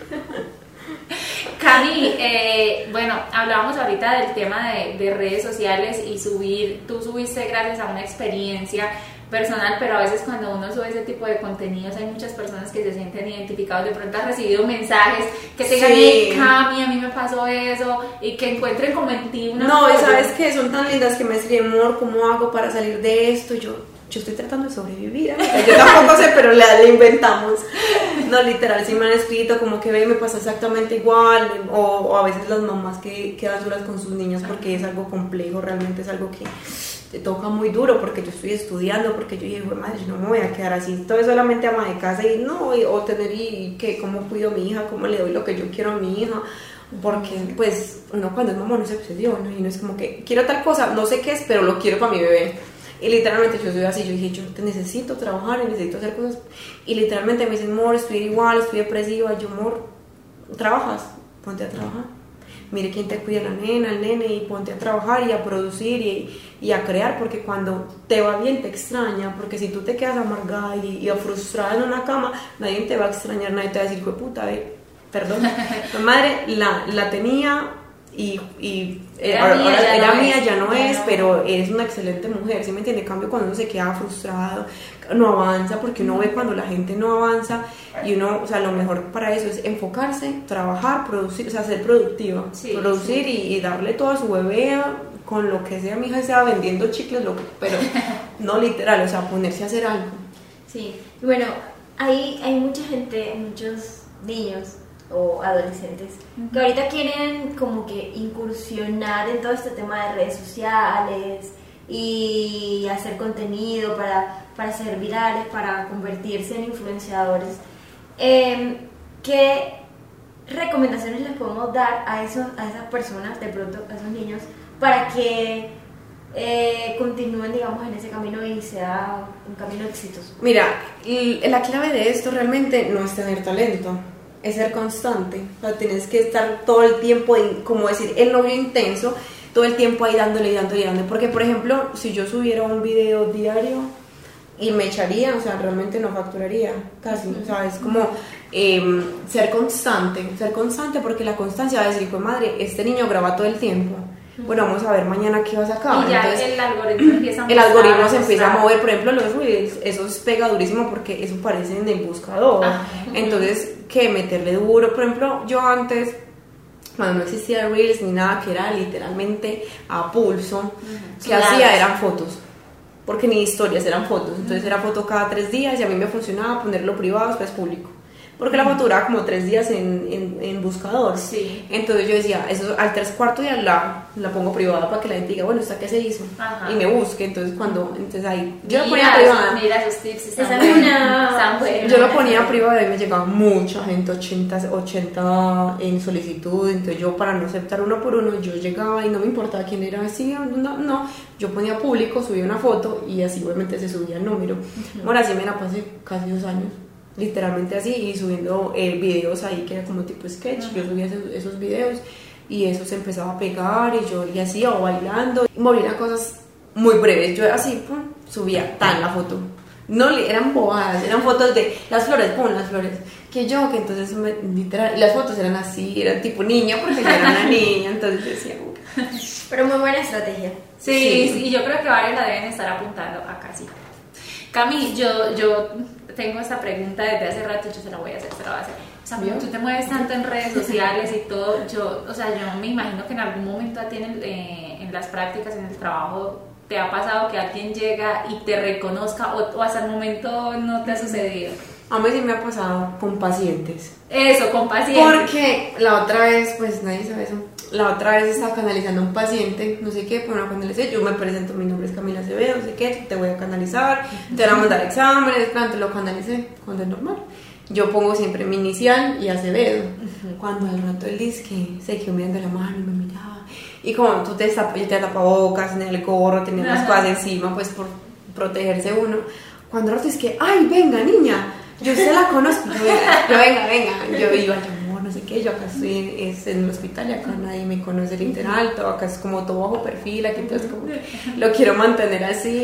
S3: Cami, eh, bueno, hablábamos ahorita del tema de, de redes sociales y subir, tú subiste gracias a una experiencia personal, pero a veces cuando uno sube ese tipo de contenidos hay muchas personas que se sienten identificados, de pronto has recibido mensajes que te digan,
S4: Sí.
S3: "Hey, Cami, a mí me pasó eso", y que encuentren como en ti una
S4: No, y
S3: apoyo.
S4: sabes que son tan lindas que me escriben, amor, ¿cómo hago para salir de esto? Yo, yo estoy tratando de sobrevivir. amiga. Yo tampoco sé, pero le, le inventamos. No, literal, sí me han escrito como que ve, me pasa exactamente igual. O, o a veces las mamás que quedan solas con sus niños porque es algo complejo, realmente es algo que te toca muy duro porque yo estoy estudiando, porque yo dije, madre, yo no me voy a quedar así, entonces solamente ama de casa y no, y- o tener y que cómo cuido a mi hija, cómo le doy lo que yo quiero a mi hija, porque pues uno cuando es mamá no se obsesiona y no es como que quiero tal cosa, no sé qué es, pero lo quiero para mi bebé. Y literalmente yo soy así, yo dije, yo te necesito trabajar y necesito hacer cosas. Y literalmente me dicen, amor, estoy igual, estoy depresiva. Yo, amor, ¿trabajas? Ponte a trabajar. Mire quién te cuida, la nena, el nene, y ponte a trabajar y a producir y, y a crear, porque cuando te va bien te extraña, porque si tú te quedas amargada y, y frustrada en una cama, nadie te va a extrañar, nadie te va a decir, fue puta, eh, perdón. La madre la, la tenía y, y eh,
S3: Era
S4: ahora,
S3: mía,
S4: ahora
S3: ya
S4: era
S3: no
S4: mía,
S3: es.
S4: ya no
S3: Ya
S4: es,
S3: no.
S4: pero eres una excelente mujer, ¿sí me entiende? En cambio, cuando uno se queda frustrado, no avanza, porque uno ve cuando la gente no avanza y uno, o sea, lo mejor para eso es enfocarse, trabajar, producir, o sea, ser productiva,
S3: Sí,
S4: producir Y, y darle todo a su bebé a- con lo que sea, mi hija sea vendiendo chicles, lo que, pero no literal, o sea, ponerse a hacer algo.
S2: Sí, y bueno, hay, hay mucha gente, muchos niños o adolescentes que ahorita quieren como que incursionar en todo este tema de redes sociales y hacer contenido para, para ser virales, para convertirse en influenciadores. Eh, ¿Qué recomendaciones les podemos dar a, esos, a esas personas, de pronto a esos niños, para que eh, continúen, digamos, en ese camino y sea un camino exitoso?
S4: Mira, y la clave de esto realmente no es tener talento, es ser constante. O sea, tienes que estar todo el tiempo, en, como decir, el novio intenso, todo el tiempo ahí dándole y dándole y dándole. Porque, por ejemplo, si yo subiera un video diario y me echaría, o sea, realmente no facturaría casi. O sea, es como eh, ser constante, ser constante, porque la constancia va a decir, pues madre, este niño graba todo el tiempo. Bueno, vamos a ver mañana qué va a sacar.
S3: Y ya
S4: Entonces,
S3: el algoritmo empieza a
S4: el
S3: mostrar,
S4: algoritmo se empieza a
S3: mostrar.
S4: mover, por ejemplo, los reels, eso es pega durísimo porque eso aparece en el buscador.
S3: Ajá.
S4: Entonces, que meterle duro. Por ejemplo, yo antes, cuando no existía reels ni nada, que era literalmente a pulso, que
S3: Claro.
S4: hacía eran fotos. Porque ni historias, eran fotos. Entonces era foto cada tres días y a mí me funcionaba ponerlo privado, después público. porque la foto duraba como tres días en, en, en buscador.
S3: Sí.
S4: Entonces yo decía, eso al tres cuartos día la, la pongo privada para que la gente diga, bueno, ¿esta qué se hizo?
S3: Ajá.
S4: Y me busque. Entonces cuando, entonces ahí, yo
S3: Mira,
S4: lo ponía privada.
S3: Mira esos tips, están
S2: Esa es
S3: buenos,
S2: una-
S3: están buenos.
S4: Yo lo ponía privado y me llegaba mucha gente, ochenta, ochenta en solicitud. Entonces yo, para no aceptar uno por uno, yo llegaba y no me importaba quién era, así, no, no. Yo ponía público, subía una foto y así obviamente se subía el número. Uh-huh. Ahora sí me la pasé casi dos años, literalmente así, y subiendo eh, videos ahí que era como tipo sketch. Uh-huh. Yo subía esos, esos videos y eso se empezaba a pegar y yo y así, o bailando. Y moría cosas muy breves. Yo así, pum, subía tan la foto. No, eran bobadas, eran fotos de las flores, pum, las flores. Que yo, que entonces, me, literal, y las fotos eran así, eran tipo niña, porque yo era una niña, entonces yo decía, uy.
S2: Pero muy buena estrategia.
S3: Sí, sí, sí, y yo creo que varios la deben estar apuntando acá, sí. Cami, yo, yo tengo esta pregunta desde hace rato, yo se la voy a hacer, se la voy a hacer. O sea, como tú te mueves tanto en redes sociales y todo, yo, o sea, yo me imagino que en algún momento a ti en, el, eh, en las prácticas, en el trabajo, ¿te ha pasado que alguien llega y te reconozca o, o hasta el momento no te ha sucedido?
S4: A mí sí me ha pasado con pacientes.
S3: Eso, con pacientes.
S4: Porque la otra vez, pues nadie sabe eso, la otra vez estaba canalizando a un paciente, no sé qué, pero no canalicé, yo me presento, mi nombre es Camila Acevedo, no sé qué, te voy a canalizar, te van a mandar exámenes, planto, lo canalicé, cuando es normal. Yo pongo siempre mi inicial y Acevedo. Uh-huh. Cuando al rato él dice que se quedó mirando la mano y me miraba. Y como tú te tapas, yo te tapabocas, tenía el gorro, tenía las cosas encima, pues por protegerse uno. Cuando al rato es que, ay, venga, niña, yo usted la conozco. Yo, venga, yo, venga, venga. Yo iba, yo, amor, no sé qué, yo acá estoy es en el hospital y acá nadie me conoce literal, todo acá es como todo bajo perfil, aquí entonces como que lo quiero mantener así.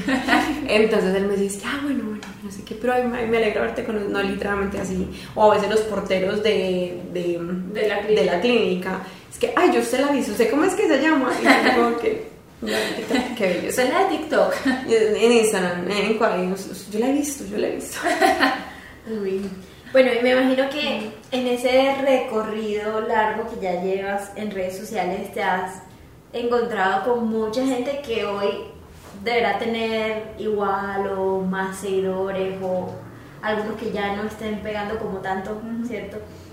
S4: Entonces él me dice, ah, bueno, bueno, no sé qué, pero ay, me alegra verte con, no, literalmente así. O a veces los porteros de, de,
S3: de, la,
S4: de la clínica, es que, ay, yo usted la vi, ¿usted cómo es que se llama? Y yo como que... Qué bello.
S3: ¿Usted la de TikTok?
S4: En Instagram, ¿en cuál? Yo la he visto, yo la he visto.
S2: Uy. Bueno, y me imagino que en ese recorrido largo que ya llevas en redes sociales te has encontrado con mucha gente que hoy deberá tener igual o más seguidores o algunos que ya no estén pegando como tanto, ¿cierto?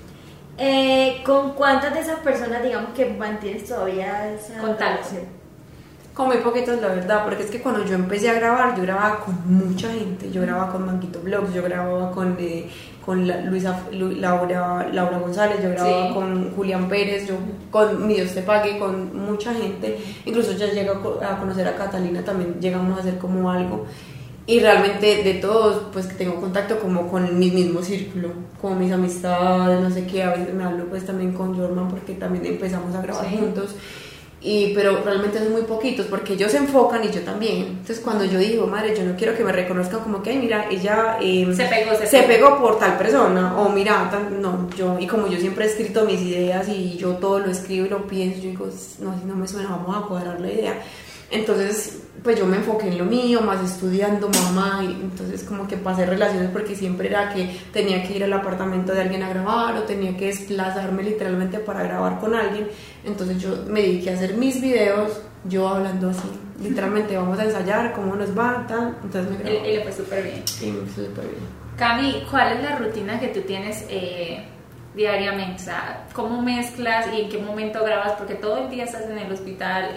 S2: Eh, ¿Con cuántas de esas personas, digamos, que mantienes todavía esa
S3: contacto?
S4: Con muy poquitos, la verdad, porque es que cuando yo empecé a grabar, yo grababa con mucha gente. Yo grababa con Manguito Vlogs, yo grababa con, eh, con la, Luisa, Lu, Laura, Laura González, yo grababa sí. con Julián Pérez, yo con Mi Dios te pague, con mucha gente. Incluso ya llegué a conocer a Catalina, también llegamos a hacer como algo. Y realmente de todos, pues que tengo contacto como con mi mismo círculo, con mis amistades, no sé qué. A veces me hablo pues también con Jorman porque también empezamos a grabar sí. juntos. Y, pero realmente son muy poquitos porque ellos se enfocan y yo también. Entonces cuando yo digo, madre, yo no quiero que me reconozcan como que, ay, mira, ella eh,
S3: se, pegó, se,
S4: se
S3: pegó.
S4: pegó por tal persona, o mira, tal, no, yo, y como yo siempre he escrito mis ideas y yo todo lo escribo y lo pienso, yo digo, no, si no me suena, vamos a cuadrar la idea. Entonces, pues yo me enfoqué en lo mío, más estudiando, mamá, y entonces como que pasé relaciones porque siempre era que tenía que ir al apartamento de alguien a grabar o tenía que desplazarme literalmente para grabar con alguien. Entonces yo me dediqué a hacer mis videos, yo hablando así, literalmente vamos a ensayar, cómo nos va, tal, entonces me grabó.
S3: Y, y le fue súper bien.
S4: Sí, me fue súper bien.
S3: Cami, ¿cuál es la rutina que tú tienes eh, diariamente? O sea, ¿cómo mezclas y en qué momento grabas? Porque todo el día estás en el hospital,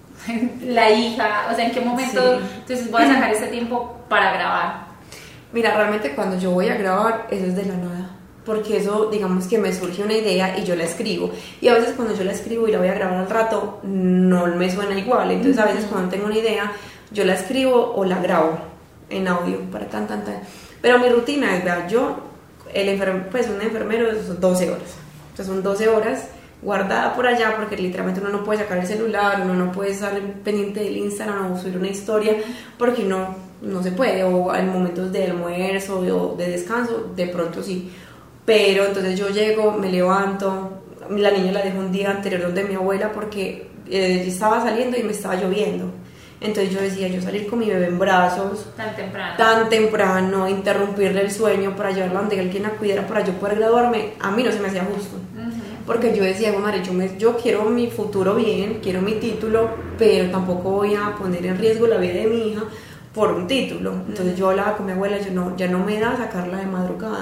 S3: la hija, o sea, ¿en qué momento sí. entonces voy a sacar este tiempo para grabar?
S4: Mira, realmente cuando yo voy a grabar, eso es de la nada, porque eso, digamos que me surge una idea y yo la escribo, y a veces cuando yo la escribo y la voy a grabar al rato, no me suena igual, entonces a veces cuando tengo una idea, yo la escribo o la grabo en audio, para tan, tan, tan, pero mi rutina es, ¿verdad? Yo, el enfer- pues un enfermero son doce horas, o sea, son doce horas, guardada por allá porque literalmente uno no puede sacar el celular, uno no puede estar pendiente del Instagram o subir una historia porque no, no se puede, o en momentos de almuerzo o de descanso de pronto sí, pero entonces yo llego, me levanto, la niña la dejo un día anterior donde mi abuela porque eh, estaba saliendo y me estaba lloviendo. Entonces yo decía, yo salir con mi bebé en brazos
S3: tan temprano,
S4: tan temprano, interrumpirle el sueño para llevarla donde alguien la cuidara para yo poder graduarme, a mí no se me hacía justo. Porque yo decía, madre, yo, me, yo quiero mi futuro bien, quiero mi título, pero tampoco voy a poner en riesgo la vida de mi hija por un título. Entonces yo hablaba con mi abuela, yo no, ya no me da sacarla de madrugada,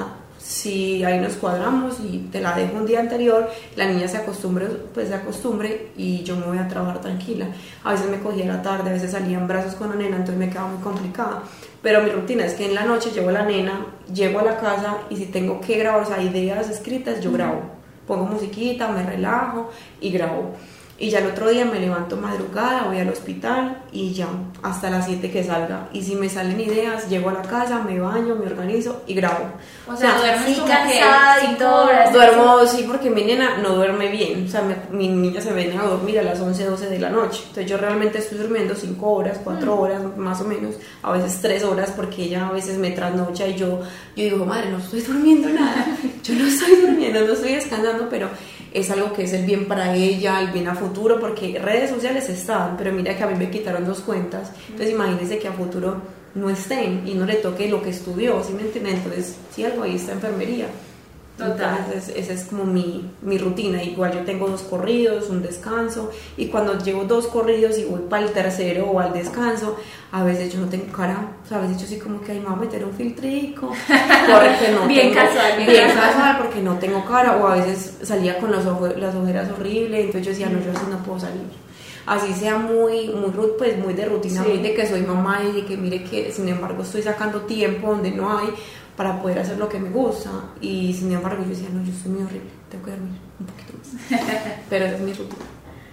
S4: si ahí nos cuadramos y te la dejo un día anterior, la niña se acostumbre, pues se acostumbre y yo me voy a trabajar tranquila. A veces me cogía la tarde, a veces salía en brazos con la nena, entonces me quedaba muy complicada. Pero mi rutina es que en la noche llevo a la nena, llego a la casa y si tengo que grabar, o sea, ideas escritas, yo grabo. Pongo musiquita, me relajo y grabo. Y ya el otro día me levanto madrugada, voy al hospital y ya, hasta las siete que salga. Y si me salen ideas, llego a la casa, me baño, me organizo y grabo.
S3: O sea, duermes
S2: sí,
S3: como
S2: cansada
S3: que
S2: y
S3: cinco
S2: todo.
S3: horas.
S4: Duermo, sí, porque mi nena no duerme bien. O sea, me, mi niña se viene a dormir a las once, doce de la noche. Entonces yo realmente estoy durmiendo cinco horas, cuatro horas más o menos. A veces tres horas porque ella a veces me trasnocha y yo, yo digo, madre, no estoy durmiendo nada. Yo no estoy durmiendo, no estoy descansando, pero es algo que es el bien para ella, el bien a futuro, porque redes sociales están, pero mira que a mí me quitaron dos cuentas, entonces imagínense que a futuro no estén y no le toque lo que estudió, ¿sí me entienden? Entonces, sí, algo ahí está enfermería.
S3: Total.
S4: Entonces, esa es como mi, mi rutina. Igual yo tengo dos corridos, un descanso, y cuando llevo dos corridos y voy para el tercero o al descanso, a veces yo no tengo cara, o sea, a veces yo sí como que, ay, me voy a meter un filtrico, porque no
S3: Bien
S4: tengo,
S3: casual, bien
S4: bien
S3: casual.
S4: casual, porque no tengo cara, o a veces salía con los ojo, las ojeras horribles, entonces yo decía, no, yo así no puedo salir. Así sea muy, muy, ru- pues muy de rutina,
S3: Sí.
S4: muy de que soy mamá y de que mire que, sin embargo, estoy sacando tiempo donde no hay, para poder hacer lo que me gusta, y sin embargo yo decía, no, yo soy muy horrible, tengo que dormir un poquito más, pero esa es mi rutina.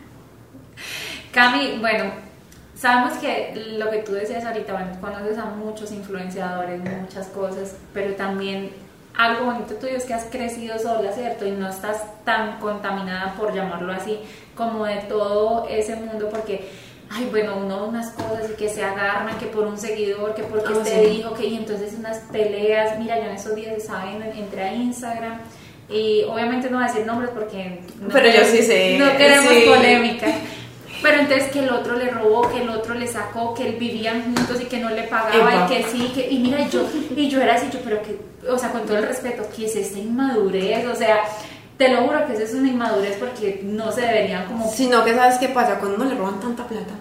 S3: Cami, bueno, sabemos que lo que tú decías ahorita, bueno, conoces a muchos influenciadores, muchas cosas, pero también algo bonito tuyo es que has crecido sola, ¿cierto? Y no estás tan contaminada, por llamarlo así, como de todo ese mundo, porque ay, bueno, uno unas cosas y que se agarran, que por un seguidor, que porque
S4: Ah,
S3: este
S4: sí.
S3: dijo, que y entonces unas peleas. Mira, yo en estos días, ¿saben? Entré a Instagram y obviamente no voy a decir nombres porque no
S4: Pero yo
S3: queremos-
S4: sí sé,
S3: no queremos
S4: sí.
S3: polémica. Pero entonces que el otro le robó, que el otro le sacó, que él vivían juntos y que no le pagaba
S4: Epa.
S3: y que sí, que, y mira, yo, y yo era así, yo, pero que, o sea, con todo el respeto, que es esta inmadurez, o sea, te lo juro que eso es una inmadurez porque no se deberían como...
S4: Sino que, ¿sabes qué pasa? Cuando uno le roban tanta plata,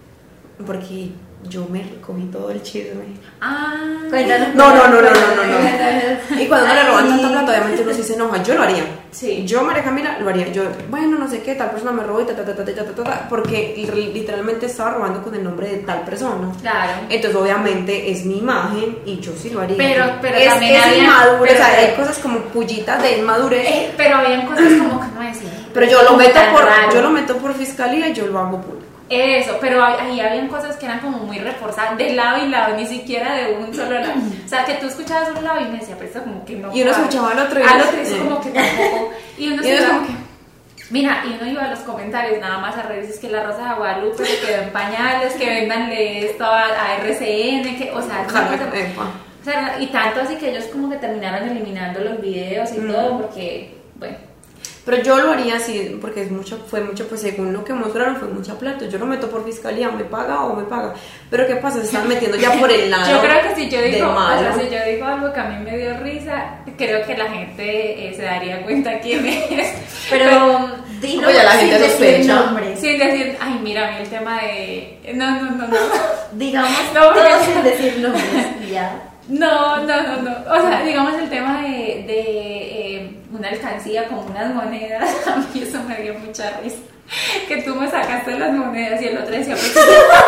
S4: porque yo me recogí todo el chisme.
S3: Ah,
S2: Cuéntanos.
S4: No, no, no, no, no, no, no. Y cuando uno le roban tanta plata, obviamente uno sí se enoja. Yo lo haría.
S3: Sí.
S4: Yo, María Camila, lo haría. Yo, bueno, no sé qué, tal persona me robó y ta, ta, ta, ta, ta, ta, ta, ta, porque li- literalmente estaba robando con el nombre de tal persona.
S3: claro.
S4: Entonces, obviamente, es mi imagen y yo sí lo haría.
S3: Pero- pero
S4: es,
S3: también
S4: es
S3: había-
S4: inmadurez,
S3: pero-
S4: o sea, hay cosas como pullitas de inmadurez.
S3: Eh, pero habían cosas como que no decía.
S4: Pero yo lo
S3: como
S4: meto
S3: tan
S4: por,
S3: raro.
S4: yo lo meto por fiscalía y yo lo hago público.
S3: Eso, pero ahí habían cosas que eran como muy reforzadas, de lado y lado, ni siquiera de un solo lado. O sea, que tú escuchabas un lado y me decía, pero esto como que no.
S4: Y uno
S3: cuadra.
S4: escuchaba al otro y
S3: Al
S4: uno-
S3: otro, y eso
S4: eh.
S3: como que tampoco. Y uno
S4: Y
S3: se
S4: uno
S3: iba-
S4: como que-
S3: Mira, y uno iba a los comentarios nada más a reír, es que la Rosa de Guadalupe se quedó en pañales, que vendanle esto a, a R C N, que, o sea, una cosa-
S4: Epa.
S3: o sea, y tanto así que ellos como que terminaron eliminando los videos y
S4: Mm.
S3: todo, porque, bueno.
S4: Pero yo lo haría así, porque es mucho, fue mucho, pues según lo que mostraron, fue mucha plata. Yo lo meto por fiscalía, me paga o me paga. Pero ¿qué pasa? Se están metiendo ya por el lado.
S3: Yo creo que si yo
S4: de
S3: digo, o
S4: malo.
S3: sea, si yo digo algo que a mí me dio risa, creo que la gente eh, se daría cuenta quién es.
S2: Pero dinos
S4: Oye, la gente
S2: sin decir
S4: sospecha.
S2: nombres.
S3: Sin decir, ay, mira, a mí el tema de... No, no, no, no.
S2: Digamos
S3: No,
S2: todo
S3: porque-
S2: sin decir nombres. y ya.
S3: No, no, no, no. O sea, digamos el tema de, de eh, una alcancía con unas monedas, a mí eso me dio mucha risa. Que tú me sacaste las monedas y el otro decía, pues,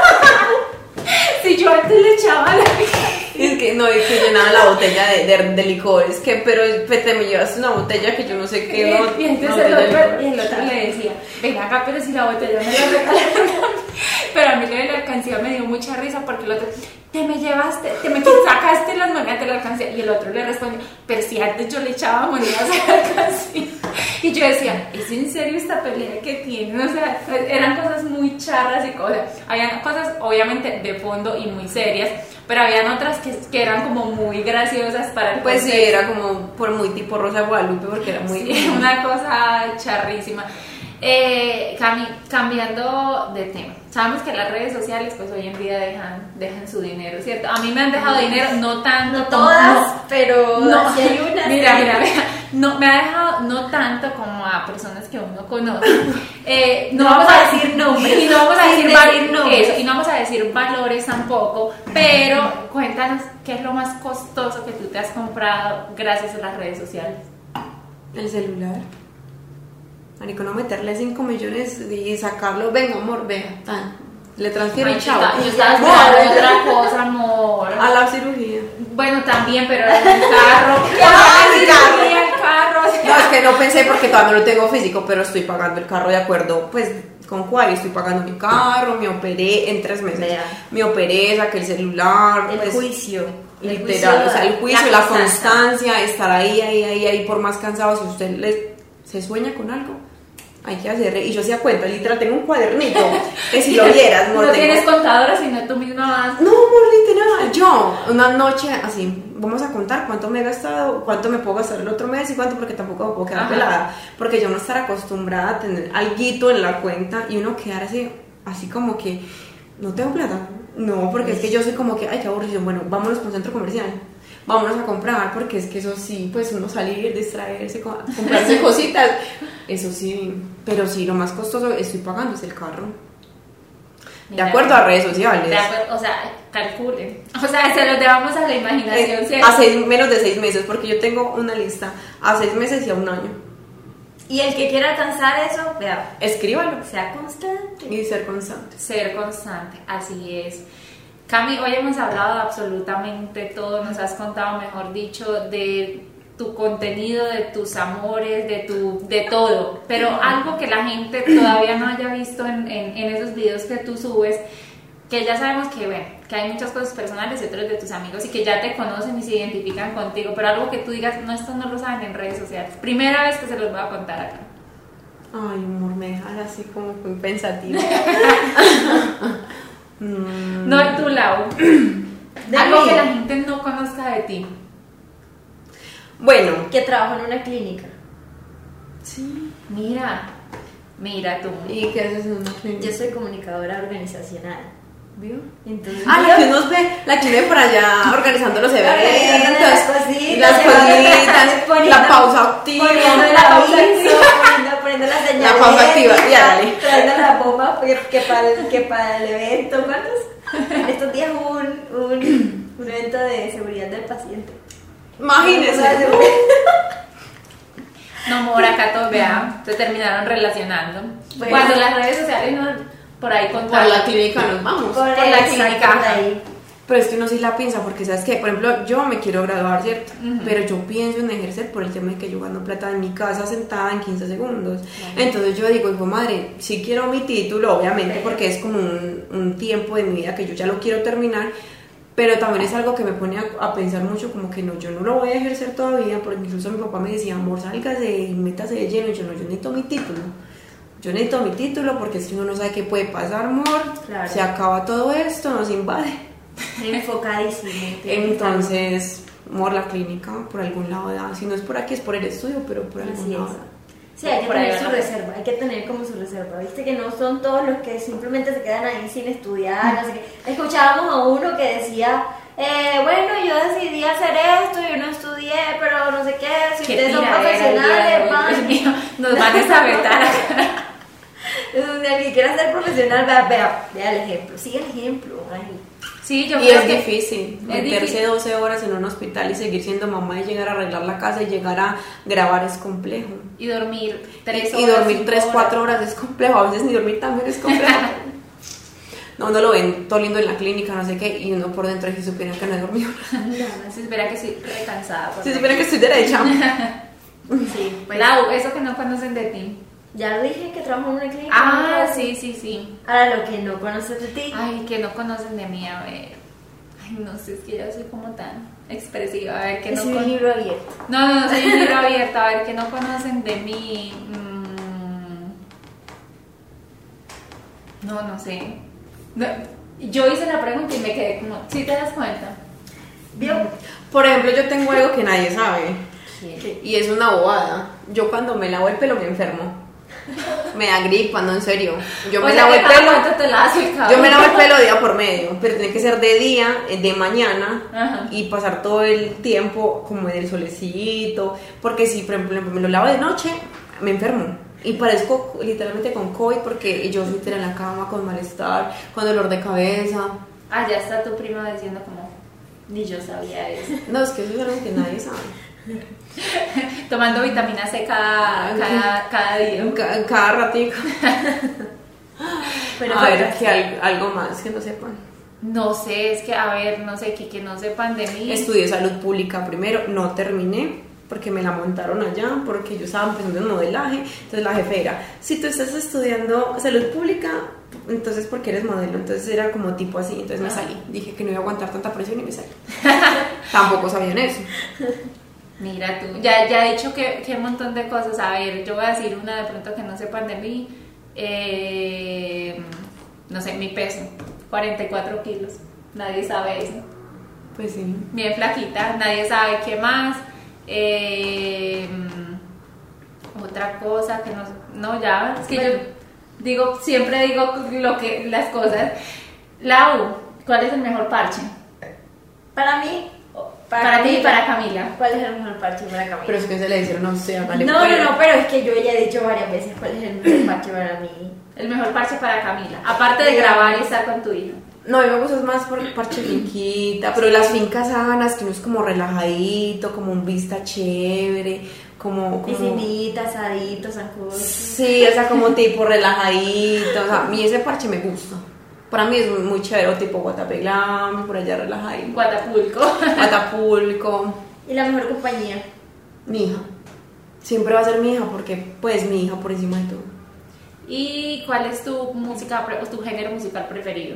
S3: si yo antes le echaba la...
S4: Es que no, es que llenaba la botella de, de, de licores. Que, pero pues, te me llevaste una botella que yo no sé qué. No,
S3: Y entonces
S4: una
S3: el
S4: botella de
S3: otro,
S4: licor.
S3: y el otro le decía, ven acá, pero si la botella me la regalaron. Pero a mí lo de la alcancía me dio mucha risa porque el otro, te me llevaste, te me sacaste las monedas de la alcancía. Y el otro le respondió, pero si antes yo le echaba monedas a la alcancía. Y yo decía, ¿es en serio esta pelea que tienen? O sea, eran cosas muy charras y cosas. Habían cosas obviamente de fondo y muy serias, pero habían otras que, que eran como muy graciosas para el
S4: Pues sí,
S3: contexto.
S4: era como por muy tipo Rosa de Guadalupe, porque era muy.
S3: Sí, una cosa charrísima. Eh, Cami, cambiando de tema, sabemos que las redes sociales pues hoy en día dejan, dejan su dinero, ¿cierto? A mí me han dejado dinero, no tanto
S2: No
S3: como-
S2: todas, pero
S3: no,
S2: si hay unas.
S3: mira, mira, mira, no, me ha dejado, no tanto como a personas que uno conoce. Eh, no, no vamos a decir nombres. Y no vamos a decir, decir val- nombres. Eso, y no vamos a decir valores tampoco, pero cuéntanos qué es lo más costoso que tú te has comprado gracias a las redes sociales.
S4: El celular. Marico, no meterle cinco millones y sacarlo, venga amor, venga, tan. Le transfiero y chao.
S3: Yo estaba esperando otra cosa, amor.
S4: A la cirugía.
S3: Bueno, también, pero era un carro.
S4: Ah, mi carro.
S3: El carro.
S4: No, es que no pensé porque todavía no lo tengo físico, pero estoy pagando el carro de acuerdo, pues, con cuál estoy pagando mi carro, me operé en tres meses. Vea. Me operé, saqué el celular.
S2: El
S4: pues,
S2: juicio.
S4: Literal,
S2: el juicio,
S4: o sea, el juicio,
S2: la,
S4: la constancia, estar ahí, ahí, ahí, ahí, por más cansado, si usted le, se sueña con algo, hay que hacerle. Y yo hacía cuenta, literal, tengo un cuadernito, que si lo vieras,
S3: no, no tienes contadora, sino tú misma vas.
S4: No, amor, literal, yo, una noche así, vamos a contar cuánto me he gastado, cuánto me puedo gastar el otro mes y cuánto, porque tampoco me puedo quedar Ajá. pelada, porque yo no estar acostumbrada a tener alguito en la cuenta y uno quedar así, así como que, no tengo plata. No, porque es que yo soy como que, ay, qué aburrido, bueno, vámonos con centro comercial, vámonos a comprar, porque es que eso sí, pues uno salir, distraerse, comprarse cositas, eso sí, pero sí, lo más costoso estoy pagando es el carro. Mira, de acuerdo a redes sociales.
S3: De acuerdo, o sea, calculen. O sea, se los dejamos a la imaginación.
S4: Eh, a seis, menos de seis meses, porque yo tengo una lista a seis meses y a un año.
S2: Y el que quiera alcanzar eso, vea,
S4: escríbalo.
S2: Sea constante.
S4: Y ser constante.
S3: Ser constante, así es. Cami, hoy hemos hablado de absolutamente todo, nos has contado, mejor dicho, de tu contenido, de tus amores, de tu de todo, pero algo que la gente todavía no haya visto en, en, en esos videos que tú subes, que ya sabemos que, bueno, que hay muchas cosas personales y otros de tus amigos y que ya te conocen y se identifican contigo, pero algo que tú digas, no, esto no lo saben en redes sociales, primera vez que se los voy a contar acá.
S4: Ay, amor, me dejas así como muy pensativa.
S3: mm. No en tu lado. Algo que la gente no conozca de ti.
S4: Bueno,
S2: que trabajo en una clínica.
S3: Sí. Mira, mira tú.
S4: ¿Y qué haces en una clínica?
S2: Yo soy comunicadora organizacional. ¿Vio? Entonces,
S4: ah, la que nos ve, la que ve por allá organizando los eventos,
S2: las cositas,
S4: las cositas, la pausa activa,
S2: poniendo la pausa activa, poniendo, poniendo la señal,
S4: la pausa activa, ya dale,
S2: trayendo la bomba que, que, para el, que para el evento, ¿cuántos? En estos días hubo un, un, un evento de seguridad del paciente.
S4: Imagínese.
S3: No, amor, acá todos vean, se terminaron relacionando. Bueno, cuando las redes sociales no. Por ahí contar.
S4: Por la clínica nos vamos.
S2: Por,
S3: por la clínica.
S2: Ahí.
S4: Pero es que uno sí la piensa, porque sabes que, por ejemplo, yo me quiero graduar, ¿cierto? Uh-huh. Pero yo pienso en ejercer por el tema de que yo gano plata en mi casa sentada en quince segundos. Uh-huh. Entonces yo digo, hijo madre, sí quiero mi título, obviamente, porque es como un, un tiempo de mi vida que yo ya lo quiero terminar, pero también es algo que me pone a, a pensar mucho, como que no, yo no lo voy a ejercer todavía, porque incluso mi papá me decía, amor, sálgase y métase de lleno, y yo no, yo necesito mi título. Yo necesito mi título porque si uno no sabe qué puede pasar, amor, claro. Se acaba todo esto, nos invade.
S2: Enfocadísimo.
S4: Entonces, amor, la clínica por algún lado da. Si no es por aquí, es por el estudio, pero por algún
S2: Así
S4: lado
S2: es.
S4: da.
S2: Sí, hay que por tener su no. reserva, hay que tener como su reserva. Viste que no son todos los que simplemente se quedan ahí sin estudiar. No sé qué. Escuchábamos a uno que decía, eh, bueno, yo decidí hacer esto, yo no estudié, pero no sé qué. Si ustedes son profesionales, van.
S3: Nos van a sabetar.
S2: Entonces, el que quiera ser profesional, vea, vea, vea el ejemplo, sigue el ejemplo. Ay.
S3: Sí, yo
S4: y
S3: creo
S4: es
S3: que
S4: difícil,
S3: es
S4: meterse
S3: difícil.
S4: doce horas en un hospital y seguir siendo mamá y llegar a arreglar la casa y llegar a grabar es complejo.
S3: Y dormir tres
S4: horas. Y dormir tres, cuatro horas es complejo, a veces ni dormir también es complejo. No, uno lo ven todo lindo en la clínica, no sé qué, y uno por dentro si supiera que no he dormido.
S3: No, si supiera que estoy recansada.
S4: Si supiera que estoy derecha.
S3: Sí, pues, Lau, eso que no conocen de ti.
S2: Ya lo dije que trabajo en una clínica.
S3: Ah, sí, sí, sí.
S2: Ahora lo que no conoces de ti.
S3: Ay, que no conocen de mí, a ver. Ay, no sé, es que yo soy como tan expresiva. A ver, que
S2: es
S3: no
S2: un con... libro abierto.
S3: No, no, no, soy un libro abierto. A ver, que no conocen de mí. Mm... No, no sé. No, yo hice la pregunta y me quedé como, ¿sí te das cuenta?
S2: ¿Vio?
S4: Por ejemplo, yo tengo algo que nadie sabe.
S3: ¿Qué?
S4: Y es una bobada. Yo cuando me lavo el pelo me enfermo. Me da gripa, no, en serio. Yo
S3: O
S4: me
S3: sea
S4: lavo
S3: que
S4: el
S3: cada
S4: pelo.
S3: cuánto te lavas el cabello.
S4: Yo me lavo el pelo día por medio, pero tiene que ser de día, eh, de mañana,
S3: Ajá.
S4: y pasar todo el tiempo como en el solecito, porque si por ejemplo me lo lavo de noche, me enfermo. Y parezco literalmente con COVID porque yo soy en la cama con malestar, con dolor de cabeza.
S3: Ah, ya está tu prima diciendo como, ni yo sabía eso.
S4: No, es que eso es algo que nadie sabe.
S3: Tomando vitamina C cada, cada, cada día.
S4: Ca- Cada ratito.
S2: Pero
S4: A ver,
S2: fantástico.
S4: que al- algo más que no sepan.
S3: No sé, es que, a ver, no sé, que, que no sepan de mí.
S4: Estudié salud pública primero, no terminé porque me la montaron allá, porque yo estaba empezando en modelaje. Entonces la jefe era, si tú estás estudiando salud pública, entonces porque eres modelo. Entonces era como tipo así, entonces me
S3: Ah.
S4: salí. Dije que no iba a aguantar tanta presión y me salí. Tampoco sabían eso.
S3: Mira tú, ya, ya he dicho que, que un montón de cosas. A ver, yo voy a decir una de pronto que no sepan de mí. Eh, no sé, mi peso, cuarenta y cuatro kilos. Nadie sabe eso.
S4: Pues sí.
S3: Bien flaquita, nadie sabe qué más. Eh, otra cosa que no, no ya, es que yo digo, siempre digo lo que, las cosas. Lau, ¿cuál es el mejor parche?
S2: Para mí,
S3: Para, ti y
S2: Camila.
S3: para Camila.
S2: ¿Cuál es el mejor parche para Camila?
S4: Pero es que se le dijeron, no sé, hágale
S2: no,
S4: pues.
S2: no, no, pero es que yo ya he dicho varias veces cuál es el mejor parche para mí.
S3: El mejor parche para Camila, aparte de grabar y estar con tu hija.
S4: No, a mí me gusta más por parche finquita, pero las fincas sanas, que uno es como relajadito, como un vista chévere, como... como...
S2: Piscinita, asadito, zancudo.
S4: Sí, o sea, como tipo relajadito, o sea, a mí ese parche me gusta. Para mí es muy, muy chévere, tipo Guatapelami, por allá relajadito.
S3: Guatapulco.
S4: Guatapulco,
S2: Y la mejor compañía.
S4: mi hija. Siempre va a ser mi hija porque, pues, mi hija por encima de todo.
S3: ¿Y cuál es tu música, pre- tu género musical preferido?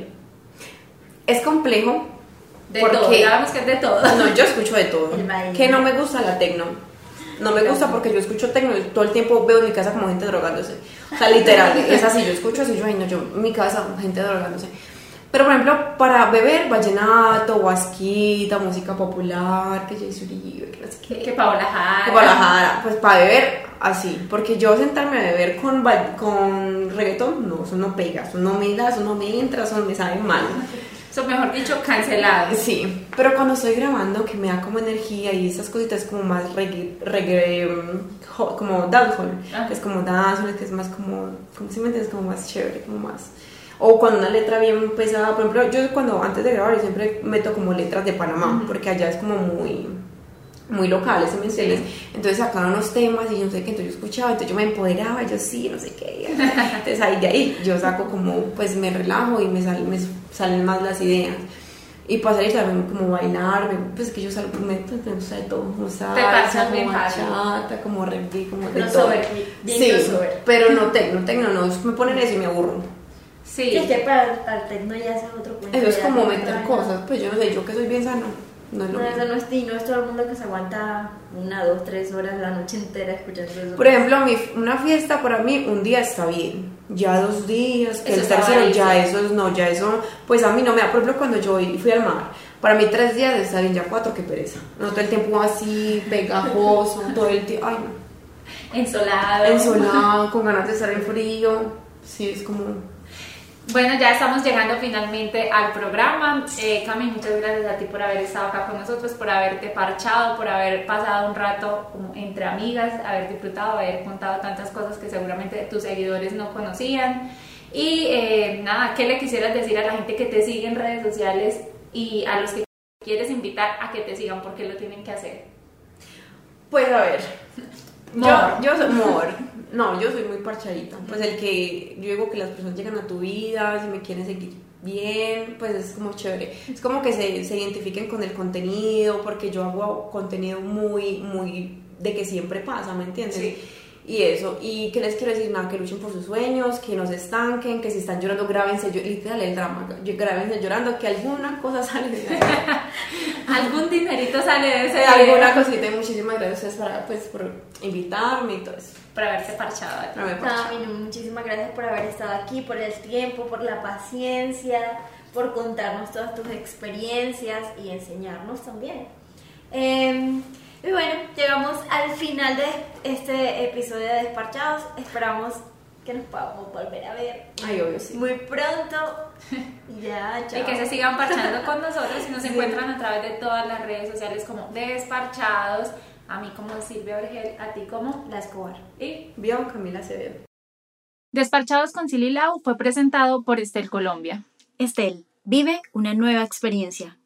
S4: Es complejo.
S3: De
S4: porque-
S3: todo, ya vemos que es de todo.
S4: No, yo escucho de todo.
S2: El baile.
S4: Que no me gusta la tecno. No me gusta porque yo escucho tecno y todo el tiempo veo en mi casa como gente drogándose. O sea, literal, es así, yo escucho así, yo, ay no, yo en mi casa, gente drogándose. Pero por ejemplo, para beber, vallenato, guasquita, música popular, que Jay Uribe, que no sé qué.
S3: Que, que Paola Jara.
S4: Que para la jara, pues para beber, así. Porque yo sentarme a beber con, va- con reggaetón, no, eso no pega, eso no me da, eso no me entra, eso me sabe mal.
S3: Eso, mejor dicho, cancelado.
S4: Sí, pero cuando estoy grabando, que me da como energía y esas cositas como más reggae, reggae um, ho- como dancehall,
S3: Ajá.
S4: que es como dancehall, que es más como, como si me entiendes, como más chévere, como más... O cuando una letra bien pesada, por ejemplo, yo cuando antes de grabar yo siempre meto como letras de Panamá,
S3: Ujú.
S4: porque allá es como muy... muy locales, ¿sí me entiendes? Entonces sacaron unos temas y yo no sé qué, entonces yo escuchaba, entonces yo me empoderaba, yo sí, no sé qué. Entonces ahí de ahí yo saco como, pues me relajo y me, sal- me salen más las ideas. Y para salir también como bailar, me- pues que yo salgo, me, pues, me gusta de todo, como salsa,
S3: parchas
S4: como
S3: bien fácil.
S4: bachata, como reggae, como de todo.
S2: Crossover, bien
S4: Sí,
S2: crossover.
S4: pero no tecno, tecno no, me ponen eso y me aburro.
S3: Sí.
S2: Sí, es que para, para el techno ya ese es otro cuento.
S4: Eso es
S2: ya
S4: como
S2: no
S4: meter
S2: trae
S4: cosas,
S2: nada.
S4: pues yo no sé, yo que soy bien sano, no es lo
S2: No,
S4: mismo.
S2: eso no es, y no es todo el mundo que se aguanta una, dos, tres horas la noche entera escuchando eso.
S4: Por ejemplo, mi, una fiesta para mí un día está bien, ya dos días, que
S3: Eso
S4: el
S3: es
S4: tercero
S3: avaricia.
S4: ya eso es no, ya eso, pues a mí no me da, por ejemplo cuando yo fui al mar, para mí tres días está bien, ya cuatro, qué pereza, no todo el tiempo así, pegajoso, todo el tiempo, ay no,
S3: Ensolado.
S4: ensolado, con ganas de estar en frío, sí, es como...
S3: Bueno, ya estamos llegando finalmente al programa. Eh, Cami, muchas gracias a ti por haber estado acá con nosotros, por haberte parchado, por haber pasado un rato como entre amigas, haber disfrutado, haber contado tantas cosas que seguramente tus seguidores no conocían. Y eh, nada, ¿qué le quisieras decir a la gente que te sigue en redes sociales y a los que quieres invitar a que te sigan? ¿Por qué lo tienen que hacer?
S4: Pues a ver,
S3: Mor.
S4: yo, yo soy mor, no, yo soy muy parchadita, pues el que yo digo que las personas llegan a tu vida, si me quieren seguir bien, pues es como chévere, es como que se, se identifiquen con el contenido, porque yo hago contenido muy, muy de que siempre pasa, ¿me entiendes?
S3: Sí.
S4: Y eso, y que les quiero decir, nada, que luchen por sus sueños, que no se estanquen, que si están llorando, grábense, yo, literal el drama, yo- grábense llorando, que alguna cosa sale de ahí.
S3: ¿Algún dinerito sale de ese
S4: Eh, alguna
S3: video?
S4: cosita, y muchísimas gracias para, pues, por invitarme y todo eso.
S3: Por haberte parchado. a ti.
S4: No me parcho.
S2: Cami, muchísimas gracias por haber estado aquí, por el tiempo, por la paciencia, por contarnos todas tus experiencias y enseñarnos también. Eh, y bueno, llegamos al final de este episodio de Desparchados. Esperamos que nos podamos volver a ver.
S4: Ay, obvio, sí.
S2: Muy pronto. Ya, chao.
S3: Y que se sigan parchando con nosotros y nos encuentran a través de todas las redes sociales como Desparchados. A mí como Silvia Orgel, a ti como La Escobar. Y
S4: Vio Camila Acevedo.
S1: Desparchados con Silly Lau fue presentado por Estel Colombia.
S2: Estel, vive una nueva experiencia.